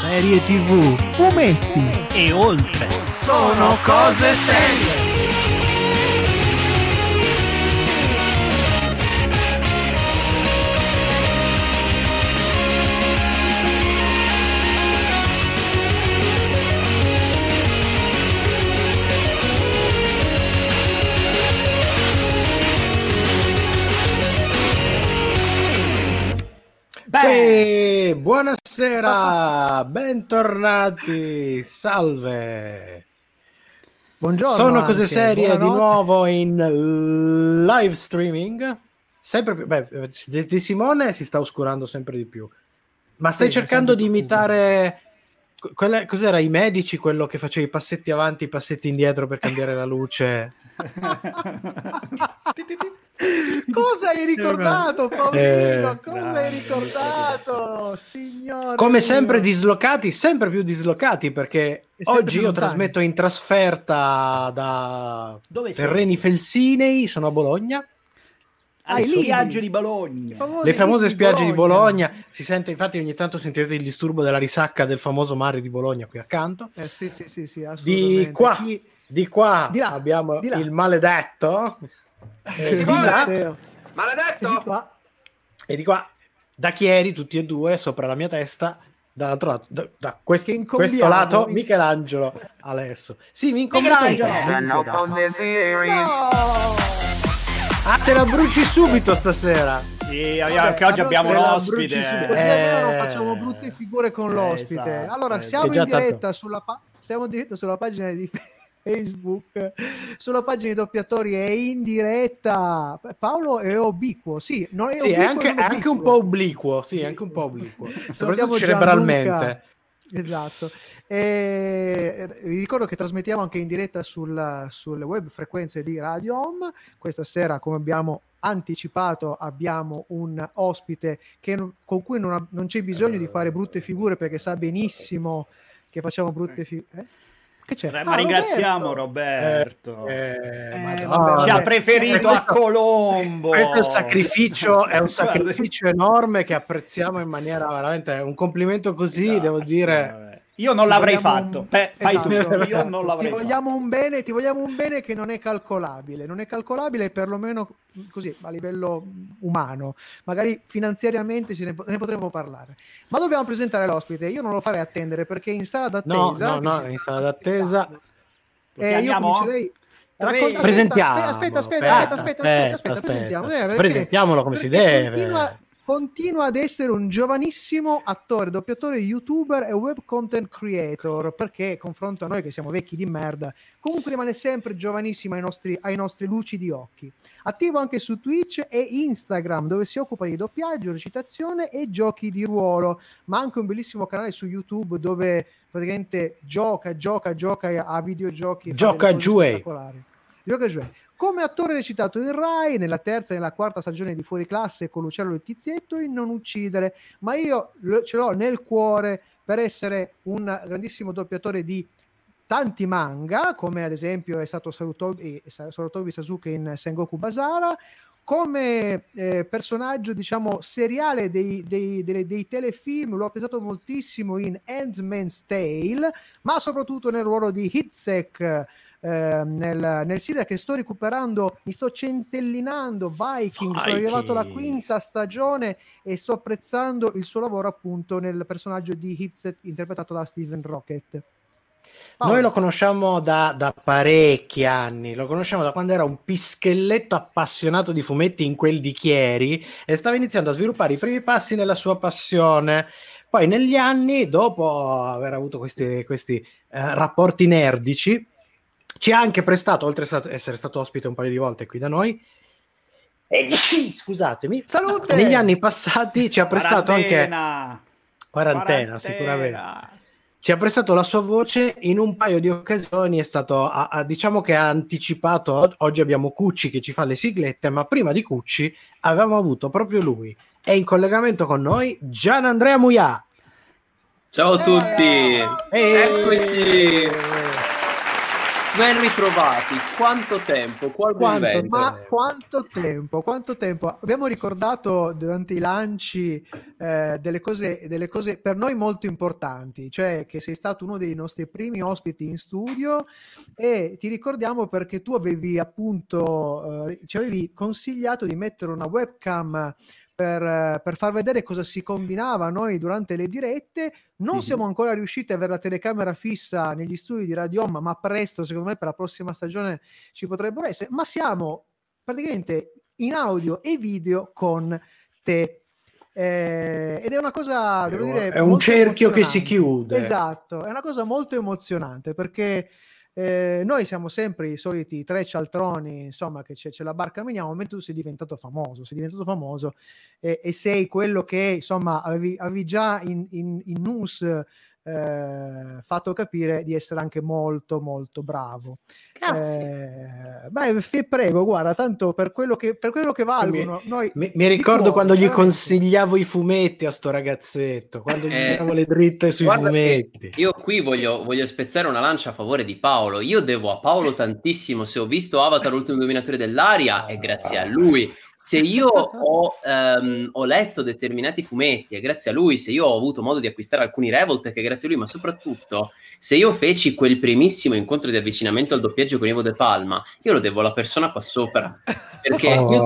serie TV, fumetti e oltre. Sono cose serie. Beh, buonasera, bentornati, salve. Buongiorno. Sono cose serie buonanotte. di nuovo in live streaming. Sempre più, di Simone si sta oscurando sempre di più. Ma stai cercando di imitare cos'era i medici, quello che faceva i passetti avanti, i passetti indietro per cambiare la luce? Cosa hai ricordato, Paolino? Cosa hai ricordato, signore? Come sempre dislocati, sempre più dislocati, perché oggi io trasmetto in trasferta da terreni felsinei, sono a Bologna. Alle spiagge di Bologna, le famose spiagge di Bologna. Si sente, infatti ogni tanto sentirete il disturbo della risacca del famoso mare di Bologna qui accanto. Sì, assolutamente. Di qua abbiamo il maledetto. Di là, maledetto. E di qua da Chieri, tutti e due sopra la mia testa, dall'altro lato, da questo lato Michelangelo Alesso. Sì, mi incombia. Ah, te la bruci subito stasera. Sì, che oggi abbiamo l'ospite. Così almeno non facciamo brutte figure con l'ospite. Esatto, allora, siamo in diretta sulla pagina di Facebook, sulla pagina di Doppiatori è in diretta. Paolo è obliquo, sì, non è obliquo, è anche un po' obliquo, sì, anche un po' obliquo, soprattutto cerebralmente. Esatto. Vi ricordo che trasmettiamo anche in diretta sulle web frequenze di Radio Home. Questa sera, come abbiamo anticipato, abbiamo un ospite con cui non c'è bisogno di fare brutte figure, perché sa benissimo che facciamo brutte figure. Che c'è? Ma ringraziamo Roberto. Ci ha preferito a Colombo. Questo è un sacrificio enorme che apprezziamo in maniera veramente, un complimento così, devo dire. Io non l'avrei fatto. Fai tu. Esatto. Io non l'avrei fatto. Ti vogliamo un bene che non è calcolabile perlomeno così a livello umano. Magari finanziariamente ne potremo parlare. Ma dobbiamo presentare l'ospite. Io non lo farei attendere perché è in sala d'attesa. No, in sala d'attesa. Io comincerei. Presentiamolo come si deve. Continua ad essere un giovanissimo attore, doppiatore, youtuber e web content creator, perché confronto a noi che siamo vecchi di merda, comunque rimane sempre giovanissimo ai nostri lucidi occhi. Attivo anche su Twitch e Instagram, dove si occupa di doppiaggio, recitazione e giochi di ruolo, ma anche un bellissimo canale su YouTube dove praticamente gioca a videogiochi. Gioca giù. Come attore recitato in Rai nella terza e nella quarta stagione di Fuori Classe con Luciano Lettizietto in Non uccidere, ma io ce l'ho nel cuore per essere un grandissimo doppiatore di tanti manga, come ad esempio è stato Sarutobi Sasuke in Sengoku Basara, come personaggio diciamo seriale dei telefilm. L'ho apprezzato moltissimo in Handmaid's Tale, ma soprattutto nel ruolo di Hitsek nel serial che sto recuperando. Mi sto centellinando Vikings. Sono arrivato alla quinta stagione e sto apprezzando il suo lavoro appunto nel personaggio di Hitsek interpretato da Steven Rocket. Noi lo conosciamo da parecchi anni, lo conosciamo da quando era un pischelletto appassionato di fumetti in quel di Chieri e stava iniziando a sviluppare i primi passi nella sua passione. Poi negli anni, dopo aver avuto questi rapporti nerdici, ci ha anche prestato, oltre a essere stato ospite un paio di volte qui da noi, scusatemi, salute! Negli anni passati ci ha prestato anche quarantena sicuramente. Ci ha prestato la sua voce in un paio di occasioni, è stato diciamo che ha anticipato. Oggi abbiamo Cucci che ci fa le siglette, ma prima di Cucci avevamo avuto proprio lui. È in collegamento con noi Gianandrea Muià. Ciao a tutti, eccoci. Ben ritrovati, quanto tempo, quanto tempo. Abbiamo ricordato durante i lanci delle cose per noi molto importanti, cioè che sei stato uno dei nostri primi ospiti in studio, e ti ricordiamo perché tu avevi appunto ci avevi consigliato di mettere una webcam per far vedere cosa si combinava a noi durante le dirette. Non siamo ancora riusciti ad avere la telecamera fissa negli studi di Radio Home, ma presto, secondo me, per la prossima stagione ci potrebbero essere. Ma siamo praticamente in audio e video con te. Ed è una cosa, devo dire, è un cerchio che si chiude. Esatto, è una cosa molto emozionante perché noi siamo sempre i soliti tre cialtroni, insomma, che c'è la barca meniamo, mentre tu sei diventato famoso e sei quello che, insomma, avevi già in news fatto capire di essere anche molto molto bravo. Grazie. Prego, guarda, tanto per quello che valgono. Mi ricordo quando gli consigliavo i fumetti a sto ragazzetto, quando gli davo le dritte sui fumetti. Io qui voglio spezzare una lancia a favore di Paolo. Io devo a Paolo tantissimo. Se ho visto Avatar l'ultimo dominatore dell'aria è grazie a lui. Se io ho letto determinati fumetti è grazie a lui. Se io ho avuto modo di acquistare alcuni Revolt è grazie a lui. Ma soprattutto se io feci quel primissimo incontro di avvicinamento al doppiaggio con Ivo De Palma, io lo devo alla persona qua sopra, perché io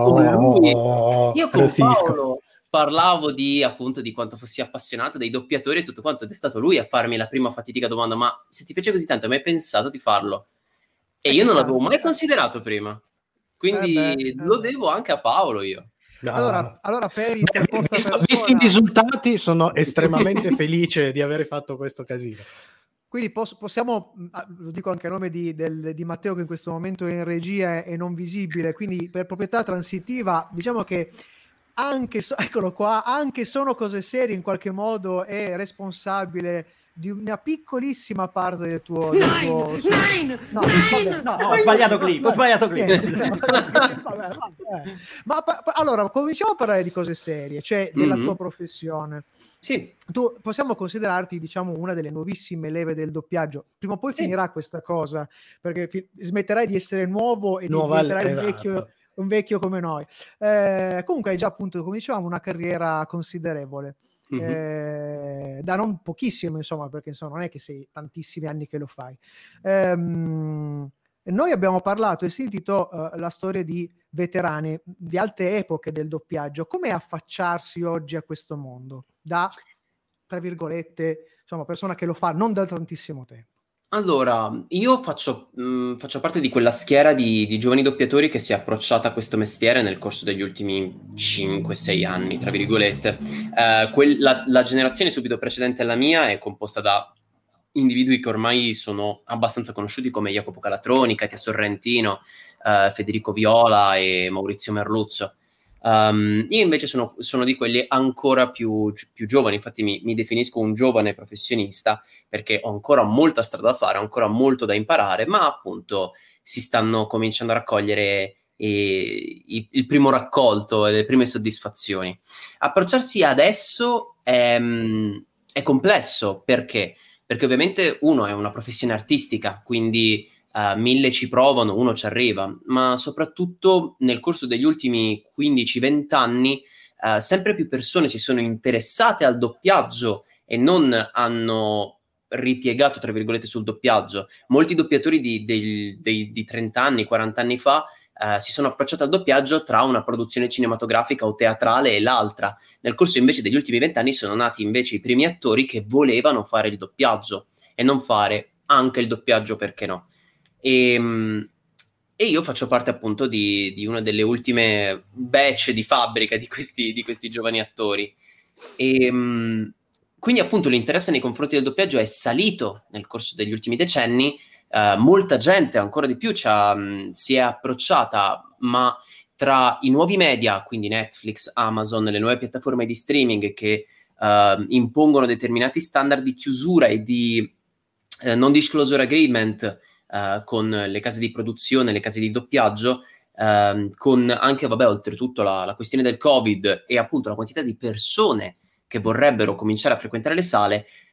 con Paolo parlavo appunto di quanto fossi appassionato dei doppiatori e tutto quanto, ed è stato lui a farmi la prima fatidica domanda: ma se ti piace così tanto, hai mai pensato di farlo? E io non l'avevo mai considerato prima, quindi lo devo anche a Paolo io. Allora visti i risultati, sono estremamente felice di aver fatto questo casino. Quindi possiamo, lo dico anche a nome di Matteo, che in questo momento è in regia e non visibile, quindi per proprietà transitiva diciamo che eccolo qua, anche Sono cose serie in qualche modo è responsabile di una piccolissima parte del tuo... Ho sbagliato clip. Ma allora, cominciamo a parlare di cose serie, cioè della tua professione. Sì. Tu possiamo considerarti, diciamo, una delle nuovissime leve del doppiaggio. Prima o poi finirà questa cosa, perché smetterai di essere nuovo e diventerai un vecchio come noi. Comunque hai già, appunto, come dicevamo, una carriera considerevole. Da non pochissimo, insomma, perché insomma non è che sei tantissimi anni che lo fai. Noi abbiamo parlato e sentito la storia di veterani di alte epoche del doppiaggio. Come affacciarsi oggi a questo mondo da, tra virgolette, insomma, persona che lo fa non da tantissimo tempo? Allora, io faccio parte di quella schiera di giovani doppiatori che si è approcciata a questo mestiere nel corso degli ultimi 5-6 anni, tra virgolette. La generazione subito precedente alla mia è composta da individui che ormai sono abbastanza conosciuti, come Jacopo Calatroni, Katia Sorrentino, Federico Viola e Maurizio Merluzzo. Io invece sono di quelli ancora più giovani, infatti mi definisco un giovane professionista, perché ho ancora molta strada da fare, ho ancora molto da imparare, ma appunto si stanno cominciando a raccogliere il primo raccolto e le prime soddisfazioni. Approcciarsi adesso è complesso, perché ovviamente uno è una professione artistica, quindi 1000 ci provano, uno ci arriva, ma soprattutto nel corso degli ultimi 15-20 anni sempre più persone si sono interessate al doppiaggio e non hanno ripiegato, tra virgolette, sul doppiaggio. Molti doppiatori di 30 anni, 40 anni fa si sono approcciati al doppiaggio tra una produzione cinematografica o teatrale e l'altra. Nel corso invece degli ultimi 20 anni sono nati invece i primi attori che volevano fare il doppiaggio e non fare anche il doppiaggio, perché no? E io faccio parte appunto di una delle ultime batch di fabbrica di questi giovani attori. E quindi appunto l'interesse nei confronti del doppiaggio è salito nel corso degli ultimi decenni. Molta gente, ancora di più, si è approcciata, ma tra i nuovi media, quindi Netflix, Amazon, le nuove piattaforme di streaming che impongono determinati standard di chiusura e di non disclosure agreement con le case di produzione, le case di doppiaggio, con anche, oltretutto la questione del Covid e appunto la quantità di persone che vorrebbero cominciare a frequentare le sale,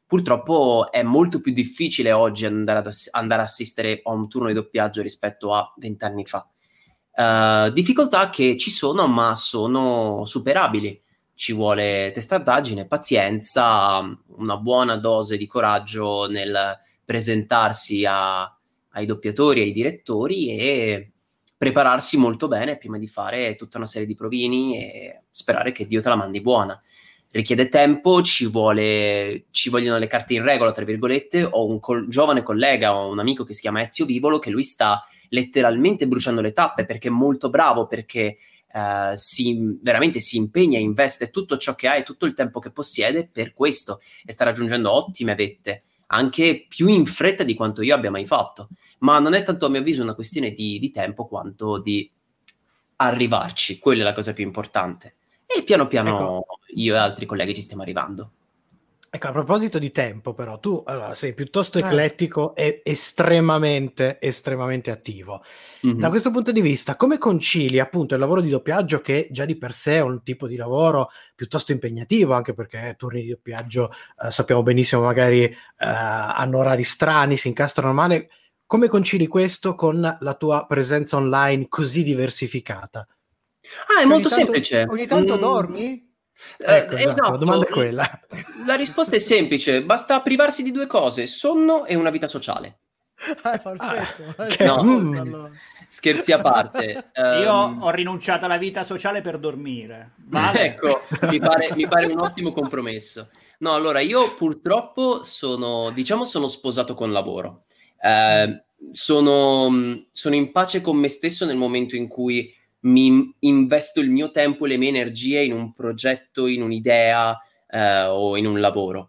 purtroppo è molto più difficile oggi andare a assistere a un turno di doppiaggio rispetto a 20 anni fa. Difficoltà che ci sono, ma sono superabili. Ci vuole testardaggine, pazienza, una buona dose di coraggio nel presentarsi ai doppiatori, ai direttori e prepararsi molto bene prima di fare tutta una serie di provini e sperare che Dio te la mandi buona. Richiede tempo, ci vogliono le carte in regola, tra virgolette. Ho un giovane collega, ho un amico che si chiama Ezio Vivolo, che lui sta letteralmente bruciando le tappe perché è molto bravo, perché veramente si impegna, investe tutto ciò che ha e tutto il tempo che possiede per questo e sta raggiungendo ottime vette, anche più in fretta di quanto io abbia mai fatto. Ma non è tanto, a mio avviso, una questione di tempo quanto di arrivarci. Quella è la cosa più importante. E piano piano io e altri colleghi ci stiamo arrivando. Ecco, a proposito di tempo, però, tu sei piuttosto eclettico e estremamente attivo. Mm-hmm. Da questo punto di vista, come concili appunto il lavoro di doppiaggio, che già di per sé è un tipo di lavoro piuttosto impegnativo, anche perché turni di doppiaggio sappiamo benissimo magari hanno orari strani, si incastrano male. Come concili questo con la tua presenza online così diversificata? È molto semplice. Ogni tanto dormi? Esatto, la domanda è quella. La risposta è semplice, basta privarsi di due cose: sonno e una vita sociale. Perfetto. No, scherzi a parte. Io ho rinunciato alla vita sociale per dormire. Vale? Ecco, mi pare un ottimo compromesso. No, allora, io purtroppo sono sposato con lavoro. Sono in pace con me stesso nel momento in cui mi investo il mio tempo e le mie energie in un progetto, in un'idea o in un lavoro,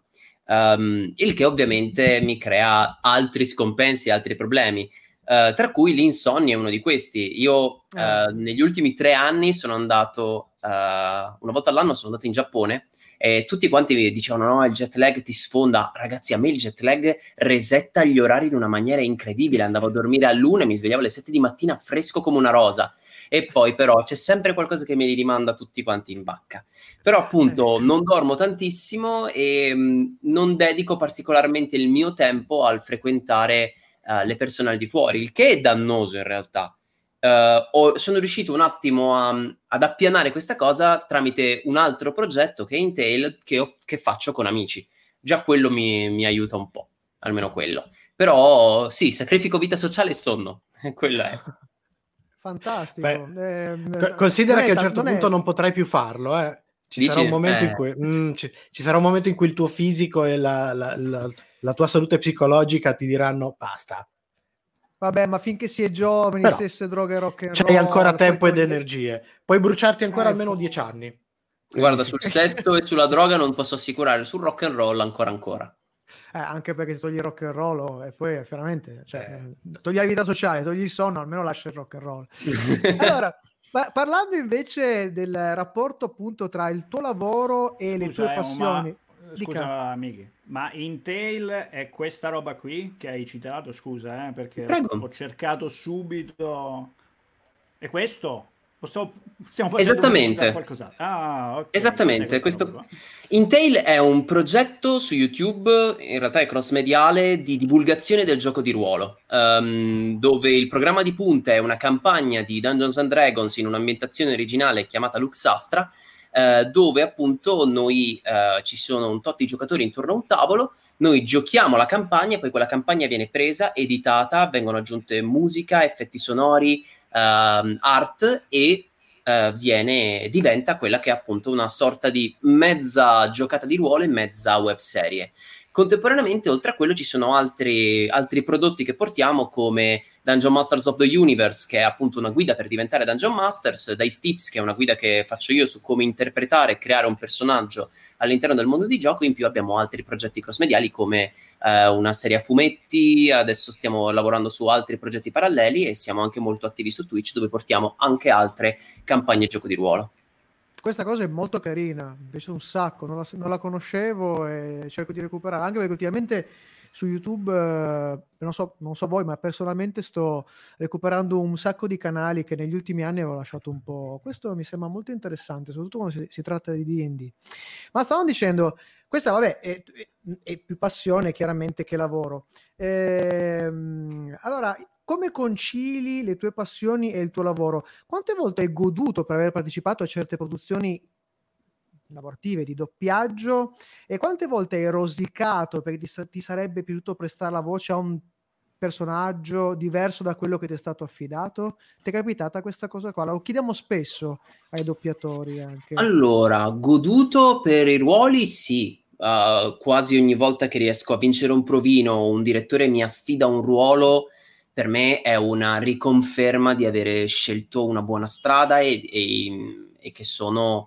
il che ovviamente mi crea altri scompensi, altri problemi, tra cui l'insonnia è uno di questi. Io negli ultimi 3 anni sono andato una volta all'anno, sono andato in Giappone e tutti quanti mi dicevano: no, il jet lag ti sfonda. Ragazzi, a me il jet lag resetta gli orari in una maniera incredibile. Andavo a dormire all'1 e mi svegliavo alle 7 di mattina fresco come una rosa. E poi però c'è sempre qualcosa che mi rimanda tutti quanti in bacca. Però appunto non dormo tantissimo e non dedico particolarmente il mio tempo al frequentare le persone al di fuori, il che è dannoso in realtà. Sono riuscito un attimo ad appianare questa cosa tramite un altro progetto che è Intel, che faccio con amici. Già quello mi aiuta un po', almeno quello. Però sì, sacrifico vita sociale e sonno, quello è. Fantastico. Considera che a un certo punto non potrai più farlo, Ci sarà un momento in cui ci sarà un momento in cui il tuo fisico e la tua salute psicologica ti diranno basta. Vabbè, ma finché si è giovani, però, sesso, droghe, rock and roll, c'hai ancora tempo ed energie. Puoi bruciarti ancora almeno 10 anni. Guarda, sul sesso e sulla droga non posso assicurare, sul rock and roll ancora. Anche perché se togli il rock and roll e poi veramente togli la vita sociale, togli il sonno, almeno lascia il rock and roll. Allora, parlando invece del rapporto appunto tra il tuo lavoro e le tue passioni. Scusa amici, ma Intel è questa roba qui che hai citato? Scusa, perché Prego. Ho cercato subito. È questo? Stiamo Esattamente. Okay. Esattamente. Intel è un progetto su YouTube, in realtà è cross-mediale, di divulgazione del gioco di ruolo, dove il programma di punta è una campagna di Dungeons and Dragons in un'ambientazione originale chiamata Luxastra, dove appunto noi ci sono un tot di giocatori intorno a un tavolo, noi giochiamo la campagna e poi quella campagna viene presa, editata, vengono aggiunte musica, effetti sonori, art e diventa quella che è appunto una sorta di mezza giocata di ruolo e mezza web serie. Contemporaneamente, oltre a quello, ci sono altri prodotti che portiamo, come Dungeon Masters of the Universe, che è appunto una guida per diventare Dungeon Masters, Dice Tips, che è una guida che faccio io su come interpretare e creare un personaggio all'interno del mondo di gioco. In più abbiamo altri progetti cross-mediali come una serie a fumetti. Adesso stiamo lavorando su altri progetti paralleli e siamo anche molto attivi su Twitch, dove portiamo anche altre campagne gioco di ruolo. Questa cosa è molto carina, mi piace un sacco, non la conoscevo e cerco di recuperare, anche perché ultimamente su YouTube, non so voi, ma personalmente sto recuperando un sacco di canali che negli ultimi anni avevo lasciato un po'. Questo mi sembra molto interessante, soprattutto quando si tratta di D&D. Ma stavamo dicendo, questa vabbè è più passione chiaramente che lavoro. Allora, come concili le tue passioni e il tuo lavoro? Quante volte hai goduto per aver partecipato a certe produzioni lavorative di doppiaggio, e quante volte hai rosicato perché ti sarebbe piaciuto prestare la voce a un personaggio diverso da quello che ti è stato affidato? Ti è capitata questa cosa qua? Lo chiediamo spesso ai doppiatori anche. Allora, goduto per i ruoli, sì. Quasi ogni volta che riesco a vincere un provino o un direttore mi affida un ruolo, per me è una riconferma di avere scelto una buona strada e che sono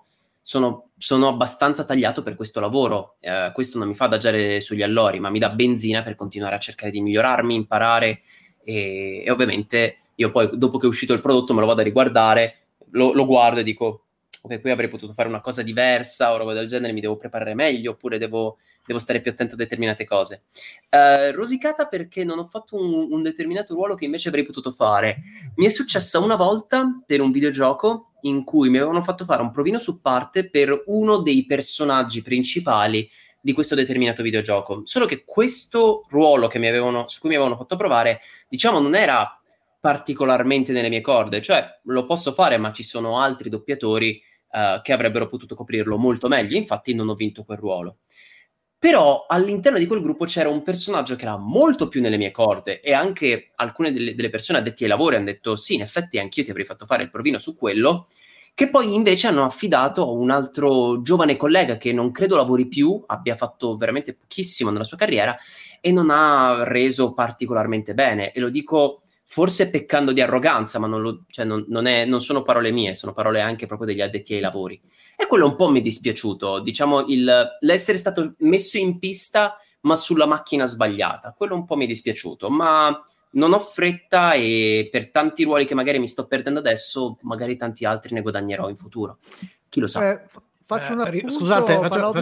abbastanza tagliato per questo lavoro. Questo non mi fa adagiare sugli allori, ma mi dà benzina per continuare a cercare di migliorarmi, imparare e ovviamente io poi, dopo che è uscito il prodotto, me lo vado a riguardare, lo guardo e dico ok, qui avrei potuto fare una cosa diversa o roba del genere, mi devo preparare meglio oppure devo stare più attento a determinate cose. Rosicata perché non ho fatto un determinato ruolo che invece avrei potuto fare. Mi è successa una volta per un videogioco in cui mi avevano fatto fare un provino su parte per uno dei personaggi principali di questo determinato videogioco. Solo che questo ruolo su cui mi avevano fatto provare, diciamo, non era particolarmente nelle mie corde, cioè lo posso fare, ma ci sono altri doppiatori che avrebbero potuto coprirlo molto meglio, infatti non ho vinto quel ruolo. Però all'interno di quel gruppo c'era un personaggio che era molto più nelle mie corde e anche alcune delle persone addetti ai lavori hanno detto sì, in effetti anch'io ti avrei fatto fare il provino su quello, che poi invece hanno affidato a un altro giovane collega che non credo lavori più, abbia fatto veramente pochissimo nella sua carriera e non ha reso particolarmente bene, e lo dico forse peccando di arroganza, ma non sono parole mie, sono parole anche proprio degli addetti ai lavori. E quello un po' mi è dispiaciuto, diciamo, l'essere stato messo in pista ma sulla macchina sbagliata, quello un po' mi è dispiaciuto, ma non ho fretta e per tanti ruoli che magari mi sto perdendo adesso, magari tanti altri ne guadagnerò in futuro. Chi lo sa. Faccio un appunto, scusate,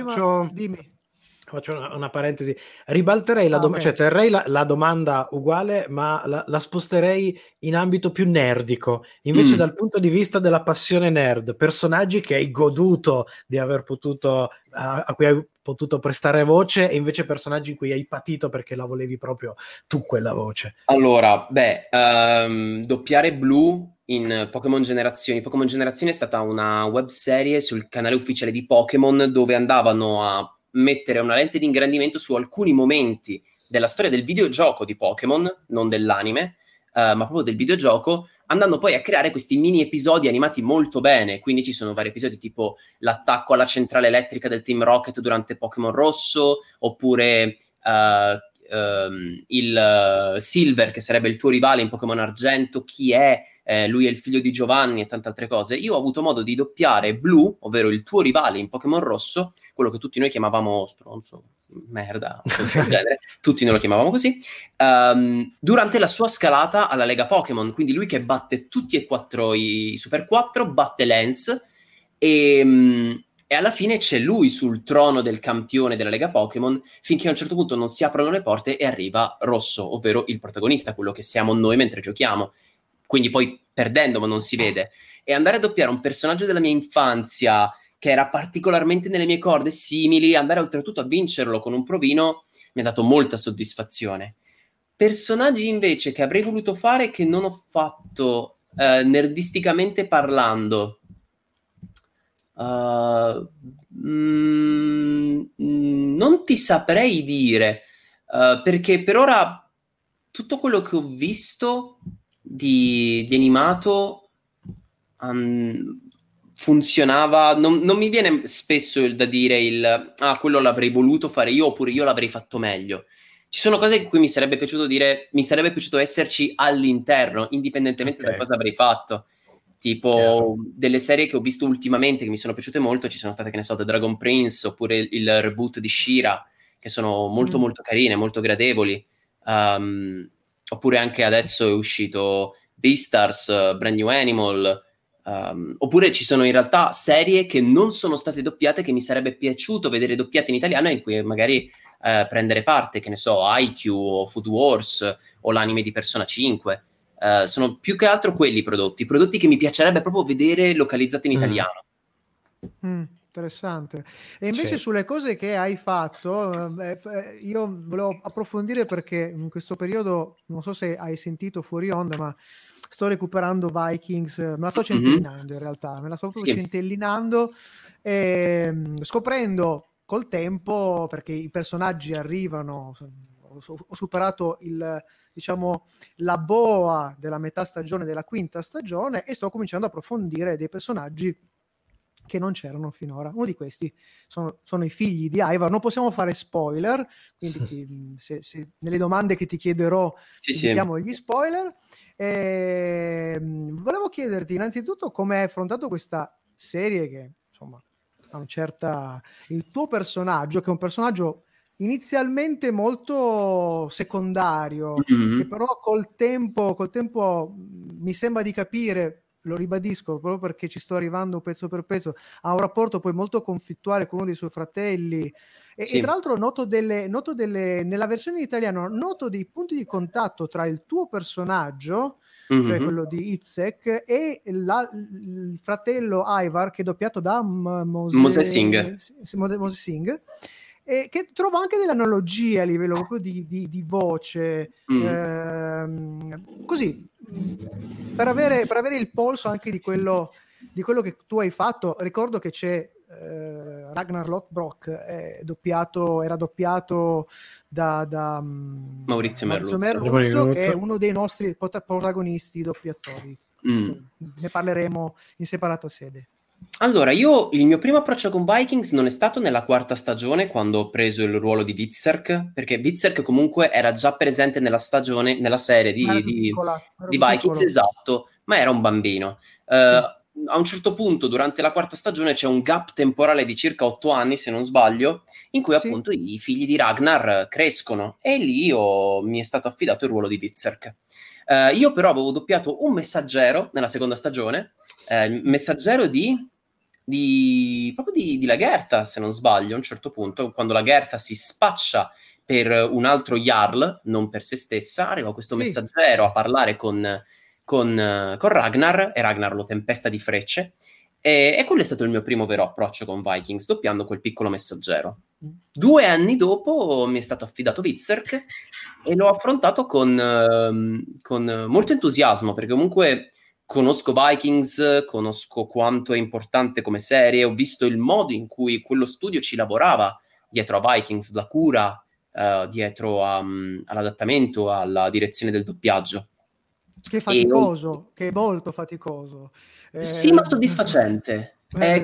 faccio una parentesi. Ribalterei la domanda, cioè terrei la domanda uguale, ma la sposterei in ambito più nerdico. Invece dal punto di vista della passione nerd, personaggi che hai goduto di aver potuto, a cui hai potuto prestare voce, e invece personaggi in cui hai patito perché la volevi proprio tu quella voce. Allora, doppiare Blue in Pokémon Generazioni. Pokémon Generazioni è stata una webserie sul canale ufficiale di Pokémon dove andavano a mettere una lente di ingrandimento su alcuni momenti della storia del videogioco di Pokémon, non dell'anime, ma proprio del videogioco, andando poi a creare questi mini episodi animati molto bene. Quindi ci sono vari episodi tipo l'attacco alla centrale elettrica del Team Rocket durante Pokémon Rosso, oppure il Silver, che sarebbe il tuo rivale in Pokémon Argento, chi è? Lui è il figlio di Giovanni e tante altre cose. Io ho avuto modo di doppiare Blue, ovvero il tuo rivale in Pokémon Rosso, quello che tutti noi chiamavamo stronzo, merda, del genere. Tutti noi lo chiamavamo così, durante la sua scalata alla Lega Pokémon. Quindi lui che batte tutti e quattro i Super 4, batte Lance e alla fine c'è lui sul trono del campione della Lega Pokémon, finché a un certo punto non si aprono le porte e arriva Rosso, ovvero il protagonista, quello che siamo noi mentre giochiamo. Quindi poi perdendo, ma non si vede. E andare a doppiare un personaggio della mia infanzia che era particolarmente nelle mie corde, simili, andare oltretutto a vincerlo con un provino, mi ha dato molta soddisfazione. Personaggi invece che avrei voluto fare che non ho fatto nerdisticamente parlando, non ti saprei dire, perché per ora tutto quello che ho visto di animato funzionava. Non mi viene spesso da dire quello l'avrei voluto fare io, oppure io l'avrei fatto meglio. Ci sono cose in cui mi sarebbe piaciuto dire, mi sarebbe piaciuto esserci all'interno, indipendentemente da cosa avrei fatto. Tipo delle serie che ho visto ultimamente che mi sono piaciute molto, ci sono state, che ne so, The Dragon Prince, oppure il reboot di She-Ra, che sono molto molto carine, molto gradevoli. Oppure anche adesso è uscito Beastars, Brand New Animal, oppure ci sono in realtà serie che non sono state doppiate, che mi sarebbe piaciuto vedere doppiate in italiano, in cui magari prendere parte, che ne so, IQ o Food Wars o l'anime di Persona 5. Sono più che altro quelli prodotti che mi piacerebbe proprio vedere localizzati in italiano. Interessante. E invece sulle cose che hai fatto, io volevo approfondire perché in questo periodo, non so se hai sentito fuori onda, ma sto recuperando Vikings, me la sto centellinando in realtà, me la sto proprio centellinando, scoprendo col tempo, perché i personaggi arrivano, ho superato la boa della metà stagione, della quinta stagione, e sto cominciando a approfondire dei personaggi che non c'erano finora. Uno di questi sono i figli di Ivar. Non possiamo fare spoiler, quindi se nelle domande che ti chiederò evitiamo gli spoiler. Volevo chiederti innanzitutto come hai affrontato questa serie che, insomma, ha il tuo personaggio, che è un personaggio inizialmente molto secondario, che però col tempo mi sembra di capire, lo ribadisco proprio perché ci sto arrivando pezzo per pezzo, ha un rapporto poi molto conflittuale con uno dei suoi fratelli e tra l'altro noto nella versione in italiano noto dei punti di contatto tra il tuo personaggio, cioè quello di Itzek, e il fratello Ivar, che è doppiato da Mose Singh, e che trovo anche delle analogie a livello proprio di voce, così, per avere il polso anche di quello che tu hai fatto. Ricordo che c'è Ragnar Lothbrok, era doppiato da Maurizio Merluzzo, che è uno dei nostri protagonisti doppiatori. Ne parleremo in separata sede. Allora, il mio primo approccio con Vikings non è stato nella quarta stagione, quando ho preso il ruolo di Berserk, perché Berserk comunque era già presente nella serie di Vikings, piccolo. Esatto, ma era un bambino. A un certo punto, durante la quarta stagione, c'è un gap temporale di circa 8 anni, se non sbaglio, in cui appunto i figli di Ragnar crescono, e lì mi è stato affidato il ruolo di Berserk. Io però avevo doppiato un messaggero nella seconda stagione, il messaggero proprio di Lagertha, se non sbaglio, a un certo punto, quando Lagertha si spaccia per un altro Jarl, non per se stessa, arriva questo messaggero a parlare con Ragnar, e Ragnar lo tempesta di frecce, e quello è stato il mio primo vero approccio con Vikings, doppiando quel piccolo messaggero. 2 anni dopo mi è stato affidato Berserk e l'ho affrontato con molto entusiasmo, perché comunque conosco Vikings, conosco quanto è importante come serie, ho visto il modo in cui quello studio ci lavorava dietro a Vikings, la cura, dietro all'adattamento, alla direzione del doppiaggio. Che è faticoso, che è molto faticoso. Sì, ma soddisfacente. È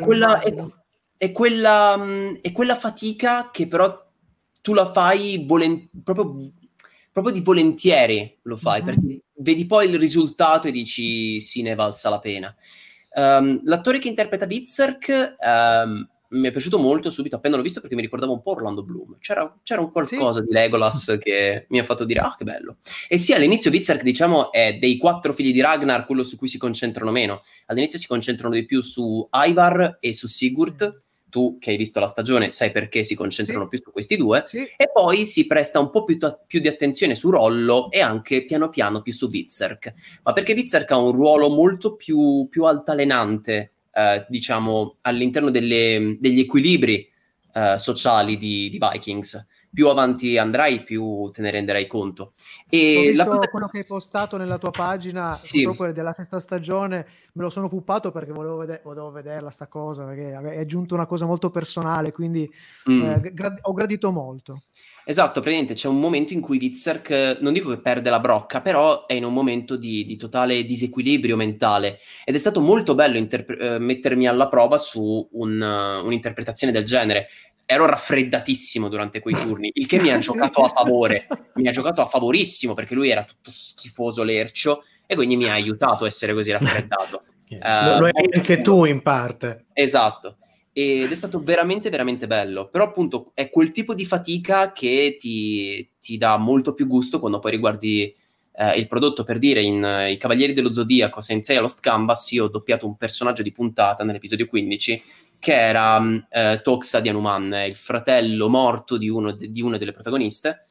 quella fatica che però tu la fai proprio di volentieri, lo fai, perché vedi poi il risultato e dici sì, ne è valsa la pena. L'attore che interpreta Berserk mi è piaciuto molto subito appena l'ho visto, perché mi ricordava un po' Orlando Bloom. C'era un qualcosa di Legolas che mi ha fatto dire che bello. E sì, all'inizio Berserk, diciamo, è dei 4 figli di Ragnar quello su cui si concentrano meno. All'inizio si concentrano di più su Ivar e su Sigurd. Tu che hai visto la stagione sai perché si concentrano più su questi 2, e poi si presta un po' più di attenzione su Rollo, e anche piano piano più su Berserk, ma perché Berserk ha un ruolo molto più altalenante, diciamo, all'interno degli equilibri sociali di Vikings. Più avanti andrai, più te ne renderai conto. E ho visto quello che hai postato nella tua pagina proprio della sesta stagione, me lo sono occupato perché volevo vederla sta cosa, perché è aggiunto una cosa molto personale, quindi ho gradito molto. Esatto, praticamente c'è un momento in cui Berserk, non dico che perde la brocca, però è in un momento di totale disequilibrio mentale, ed è stato molto bello mettermi alla prova su un'interpretazione del genere. Ero raffreddatissimo durante quei turni, il che mi ha giocato a favore, mi ha giocato a favorissimo, perché lui era tutto schifoso, lercio, e quindi mi ha aiutato a essere così raffreddato. Lo hai anche tu in parte. Esatto, ed è stato veramente veramente bello, però appunto è quel tipo di fatica che ti dà molto più gusto quando poi riguardi il prodotto. Per dire, in I Cavalieri dello Zodiaco Sensei Lost Canvas io ho doppiato un personaggio di puntata nell'episodio 15 che era Toxa di Hanuman, il fratello morto di una delle protagoniste,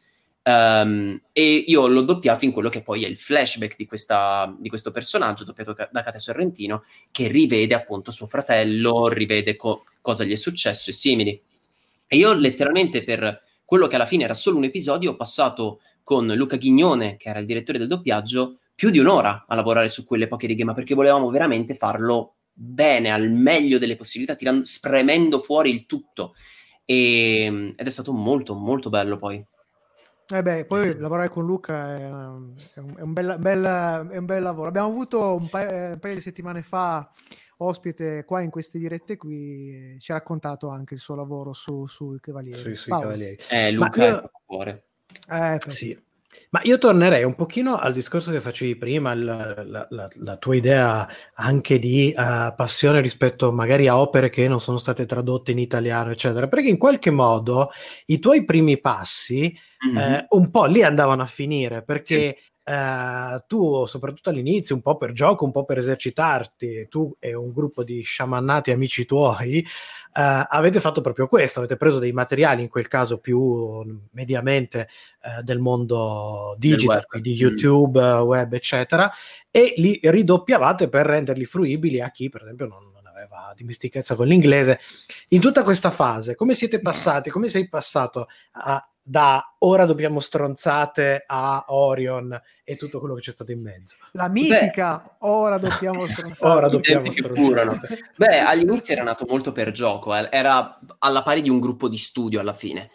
e io l'ho doppiato in quello che poi è il flashback di questo personaggio, doppiato da Katia Sorrentino, che rivede appunto suo fratello, rivede cosa gli è successo e simili. E io letteralmente, per quello che alla fine era solo un episodio, ho passato con Luca Ghignone, che era il direttore del doppiaggio, più di un'ora a lavorare su quelle poche righe, ma perché volevamo veramente farlo bene, al meglio delle possibilità, spremendo fuori il tutto. Ed è stato molto, molto bello poi. Poi lavorare con Luca è un bel lavoro. Abbiamo avuto un paio di settimane fa ospite qua in queste dirette qui, ci ha raccontato anche il suo lavoro sui Cavalieri. Sui Cavalieri. Luca è il cuore. Sì. Ma io tornerei un pochino al discorso che facevi prima, la tua idea anche di passione rispetto magari a opere che non sono state tradotte in italiano, eccetera, perché in qualche modo i tuoi primi passi un po' lì andavano a finire, perché tu, soprattutto all'inizio, un po' per gioco, un po' per esercitarti, tu e un gruppo di sciamannati amici tuoi, avete fatto proprio questo, avete preso dei materiali, in quel caso più mediamente del mondo digital, quindi YouTube, web, eccetera, e li ridoppiavate per renderli fruibili a chi, per esempio, non aveva dimestichezza con l'inglese. In tutta questa fase, come siete passati, come sei passato da ora dobbiamo stronzate a Orion e tutto quello che c'è stato in mezzo? La mitica ora dobbiamo stronzate. Ora dobbiamo stronzate. All'inizio era nato molto per gioco, era alla pari di un gruppo di studio alla fine.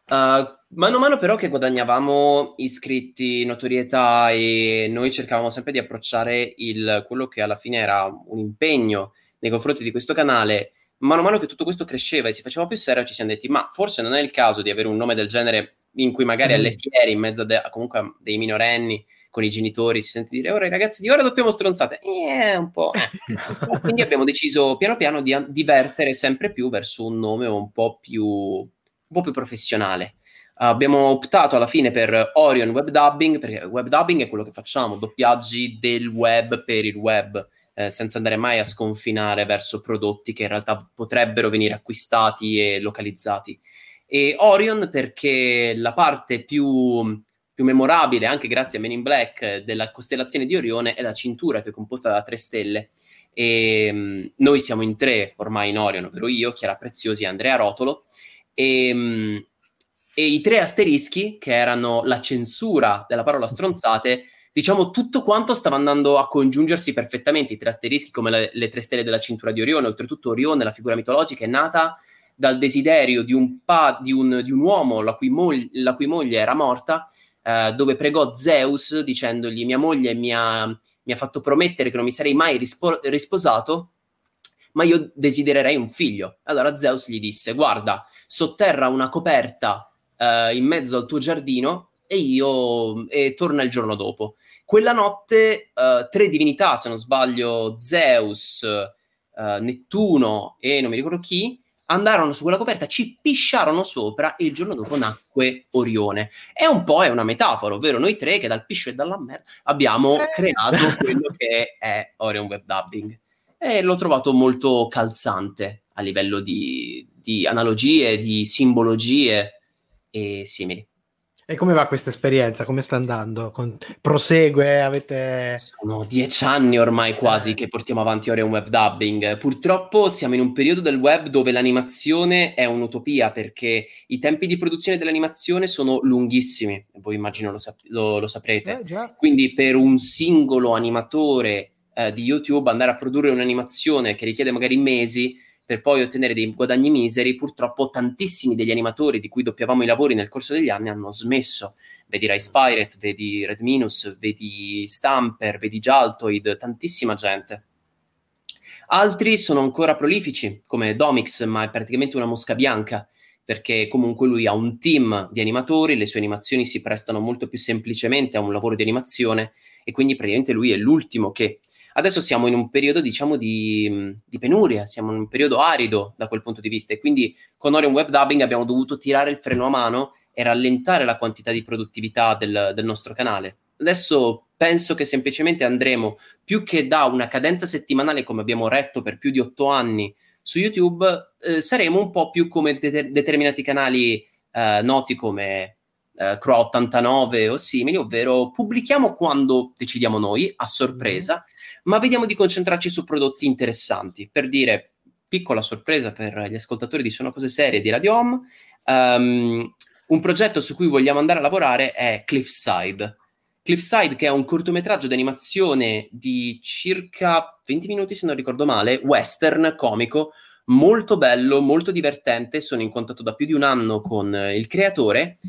Mano a mano però che guadagnavamo iscritti, notorietà, e noi cercavamo sempre di approcciare quello che alla fine era un impegno nei confronti di questo canale. Mano a mano che tutto questo cresceva e si faceva più serio, ci siamo detti, ma forse non è il caso di avere un nome del genere in cui magari alle fiere, in mezzo comunque a dei minorenni, con i genitori, si sente dire, ora i ragazzi di ora dobbiamo stronzate, un po'. Quindi abbiamo deciso piano piano di divertere sempre più verso un nome un po' più professionale. Abbiamo optato alla fine per Orion Web Dubbing, perché web dubbing è quello che facciamo, doppiaggi del web per il web, senza andare mai a sconfinare verso prodotti che in realtà potrebbero venire acquistati e localizzati. E Orion perché la parte più memorabile, anche grazie a Men in Black, della costellazione di Orione è la cintura, che è composta da 3 stelle. E noi siamo in 3 ormai in Orion, ovvero io, Chiara Preziosi e Andrea Rotolo, e i 3 asterischi, che erano la censura della parola stronzate, diciamo tutto quanto stava andando a congiungersi perfettamente. I 3 asterischi come le 3 stelle della cintura di Orione. Oltretutto Orione, la figura mitologica, è nata dal desiderio di un uomo la cui moglie era morta, dove pregò Zeus dicendogli: mia moglie mi ha fatto promettere che non mi sarei mai risposato, ma io desidererei un figlio. Allora Zeus gli disse: guarda, sotterra una coperta in mezzo al tuo giardino e torna il giorno dopo. Quella notte 3 divinità, se non sbaglio Zeus, Nettuno e non mi ricordo chi, andarono su quella coperta, ci pisciarono sopra e il giorno dopo nacque Orione. È una metafora, ovvero noi 3 che dal piscio e dalla merda abbiamo creato quello che è Orion Web Dubbing. E l'ho trovato molto calzante a livello di analogie, di simbologie e simili. E come va questa esperienza? Come sta andando? Prosegue? Sono 10 anni ormai quasi che portiamo avanti Orion Web Dubbing. Purtroppo siamo in un periodo del web dove l'animazione è un'utopia, perché i tempi di produzione dell'animazione sono lunghissimi. Voi immagino lo saprete. Quindi per un singolo animatore di YouTube andare a produrre un'animazione che richiede magari mesi per poi ottenere dei guadagni miseri, purtroppo tantissimi degli animatori di cui doppiavamo i lavori nel corso degli anni hanno smesso. Vedi Rice Pirate, vedi Red Minus, vedi Stamper, vedi Jaltoid, tantissima gente. Altri sono ancora prolifici, come Domix, ma è praticamente una mosca bianca, perché comunque lui ha un team di animatori, le sue animazioni si prestano molto più semplicemente a un lavoro di animazione, e quindi praticamente lui è l'ultimo che... Adesso siamo in un periodo, diciamo, di penuria, siamo in un periodo arido da quel punto di vista, e quindi con Orion Web Dubbing abbiamo dovuto tirare il freno a mano e rallentare la quantità di produttività del nostro canale. Adesso penso che semplicemente andremo, più che da una cadenza settimanale come abbiamo retto per più di 8 anni su YouTube saremo un po' più come determinati canali noti come Crow 89 o simili, ovvero pubblichiamo quando decidiamo noi, a sorpresa, ma vediamo di concentrarci su prodotti interessanti. Per dire, piccola sorpresa per gli ascoltatori di Sono Cose Serie di Radio Home, un progetto su cui vogliamo andare a lavorare è Cliffside. Cliffside, che è un cortometraggio di animazione di circa 20 minuti, se non ricordo male, western, comico, molto bello, molto divertente. Sono in contatto da più di un anno con il creatore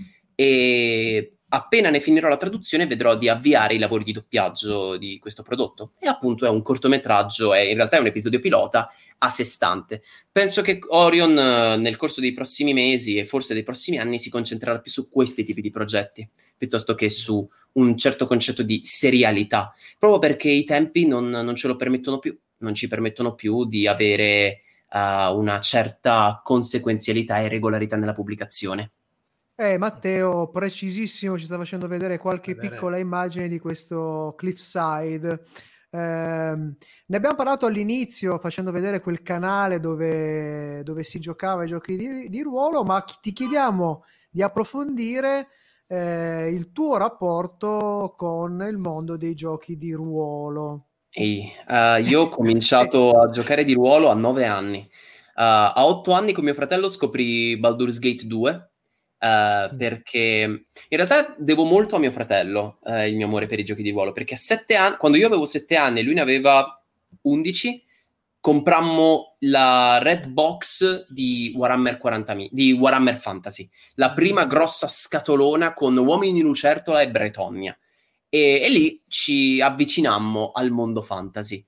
e appena ne finirò la traduzione vedrò di avviare i lavori di doppiaggio di questo prodotto. E appunto è un cortometraggio, in realtà è un episodio pilota a sé stante. Penso che Orion nel corso dei prossimi mesi e forse dei prossimi anni si concentrerà più su questi tipi di progetti piuttosto che su un certo concetto di serialità, proprio perché i tempi non ce lo permettono più, non ci permettono più di avere una certa conseguenzialità e regolarità nella pubblicazione. Matteo, precisissimo, ci sta facendo vedere qualche piccola immagine di questo Cliffside. Ne abbiamo parlato all'inizio facendo vedere quel canale dove si giocava ai giochi di ruolo, ma ti chiediamo di approfondire il tuo rapporto con il mondo dei giochi di ruolo. Io ho cominciato a giocare di ruolo a 9 anni. A 8 anni con mio fratello scoprì Baldur's Gate 2, perché in realtà devo molto a mio fratello il mio amore per i giochi di ruolo, perché a 7 anni, quando io avevo 7 anni e lui ne aveva 11, comprammo la Red Box di Warhammer 40.000, di Warhammer Fantasy, la prima grossa scatolona con uomini di lucertola e Bretonnia, e lì ci avvicinammo al mondo fantasy.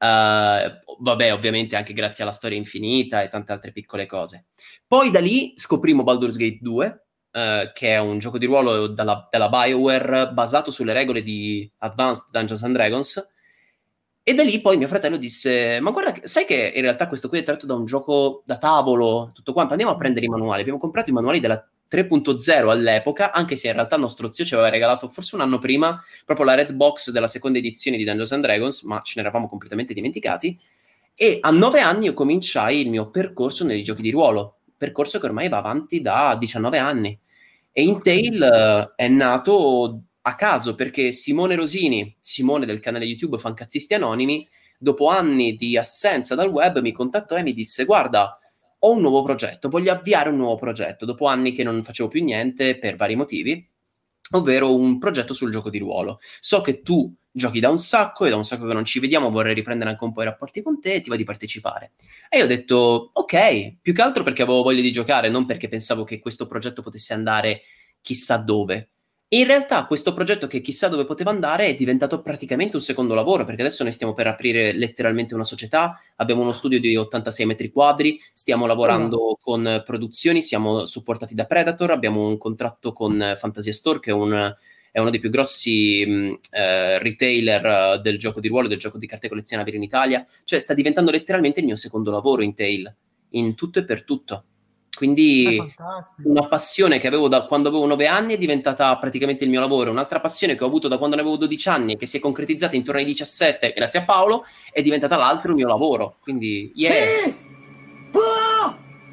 Vabbè, ovviamente anche grazie alla storia infinita e tante altre piccole cose. Poi da lì scoprimmo Baldur's Gate 2, che è un gioco di ruolo della BioWare basato sulle regole di Advanced Dungeons and Dragons. E da lì poi mio fratello disse: ma guarda, sai che in realtà questo qui è tratto da un gioco da tavolo, tutto quanto, andiamo a prendere i manuali. Abbiamo comprato i manuali della 3.0 all'epoca, anche se in realtà il nostro zio ci aveva regalato forse un anno prima proprio la Red Box della seconda edizione di Dungeons and Dragons, ma ce ne eravamo completamente dimenticati. E a 9 anni io cominciai il mio percorso nei giochi di ruolo, percorso che ormai va avanti da 19 anni. E Intel è nato a caso, perché Simone Rosini, Simone del canale YouTube Fancazzisti Anonimi, dopo anni di assenza dal web mi contattò e mi disse: guarda, ho un nuovo progetto, voglio avviare un nuovo progetto, dopo anni che non facevo più niente per vari motivi, ovvero un progetto sul gioco di ruolo. So che tu giochi da un sacco e da un sacco che non ci vediamo, vorrei riprendere anche un po' i rapporti con te, ti va di partecipare? E io ho detto ok, più che altro perché avevo voglia di giocare, non perché pensavo che questo progetto potesse andare chissà dove. E in realtà questo progetto, che chissà dove poteva andare, è diventato praticamente un secondo lavoro, perché adesso ne stiamo per aprire letteralmente una società, abbiamo uno studio di 86 metri quadri, stiamo lavorando con produzioni, siamo supportati da Predator, abbiamo un contratto con Fantasia Store, che è uno dei più grossi retailer del gioco di ruolo, del gioco di carte collezionabili in Italia. Cioè sta diventando letteralmente il mio secondo lavoro in Tail, in tutto e per tutto. Quindi una passione che avevo da quando avevo 9 anni è diventata praticamente il mio lavoro. Un'altra passione che ho avuto da quando ne avevo 12 anni e che si è concretizzata intorno ai 17, grazie a Paolo, è diventata l'altro mio lavoro. Quindi, yes! Sì! Può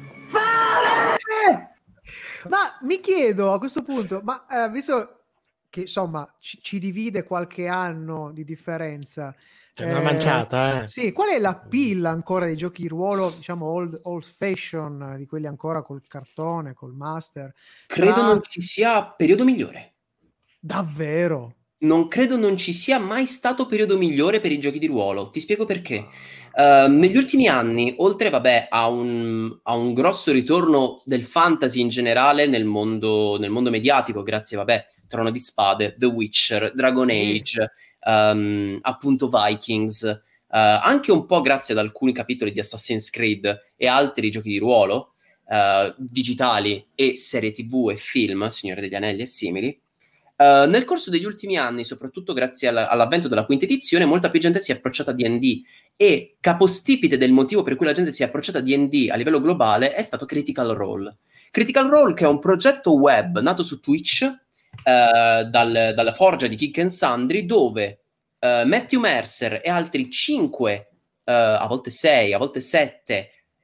fare! Ma mi chiedo a questo punto, ma visto che insomma ci divide qualche anno di differenza, c'è una manciata, sì, qual è l'appeal ancora dei giochi di ruolo, diciamo old fashion, di quelli ancora col cartone, col master? Credo non ci sia periodo migliore. Davvero? Non credo non ci sia mai stato periodo migliore per i giochi di ruolo. Ti spiego perché. Negli ultimi anni, oltre a un grosso ritorno del fantasy in generale nel mondo mediatico, grazie Trono di Spade, The Witcher, Dragon Age, appunto Vikings, anche un po' grazie ad alcuni capitoli di Assassin's Creed e altri giochi di ruolo digitali e serie TV e film, Signore degli Anelli e simili. Nel corso degli ultimi anni, soprattutto grazie all'avvento della quinta edizione, molta più gente si è approcciata a D&D, e capostipite del motivo per cui la gente si è approcciata a D&D a livello globale è stato Critical Role. Critical Role, che è un progetto web nato su Twitch dalla forgia di Kick and Sundry, dove Matthew Mercer e altri 5, a volte 6, a volte 7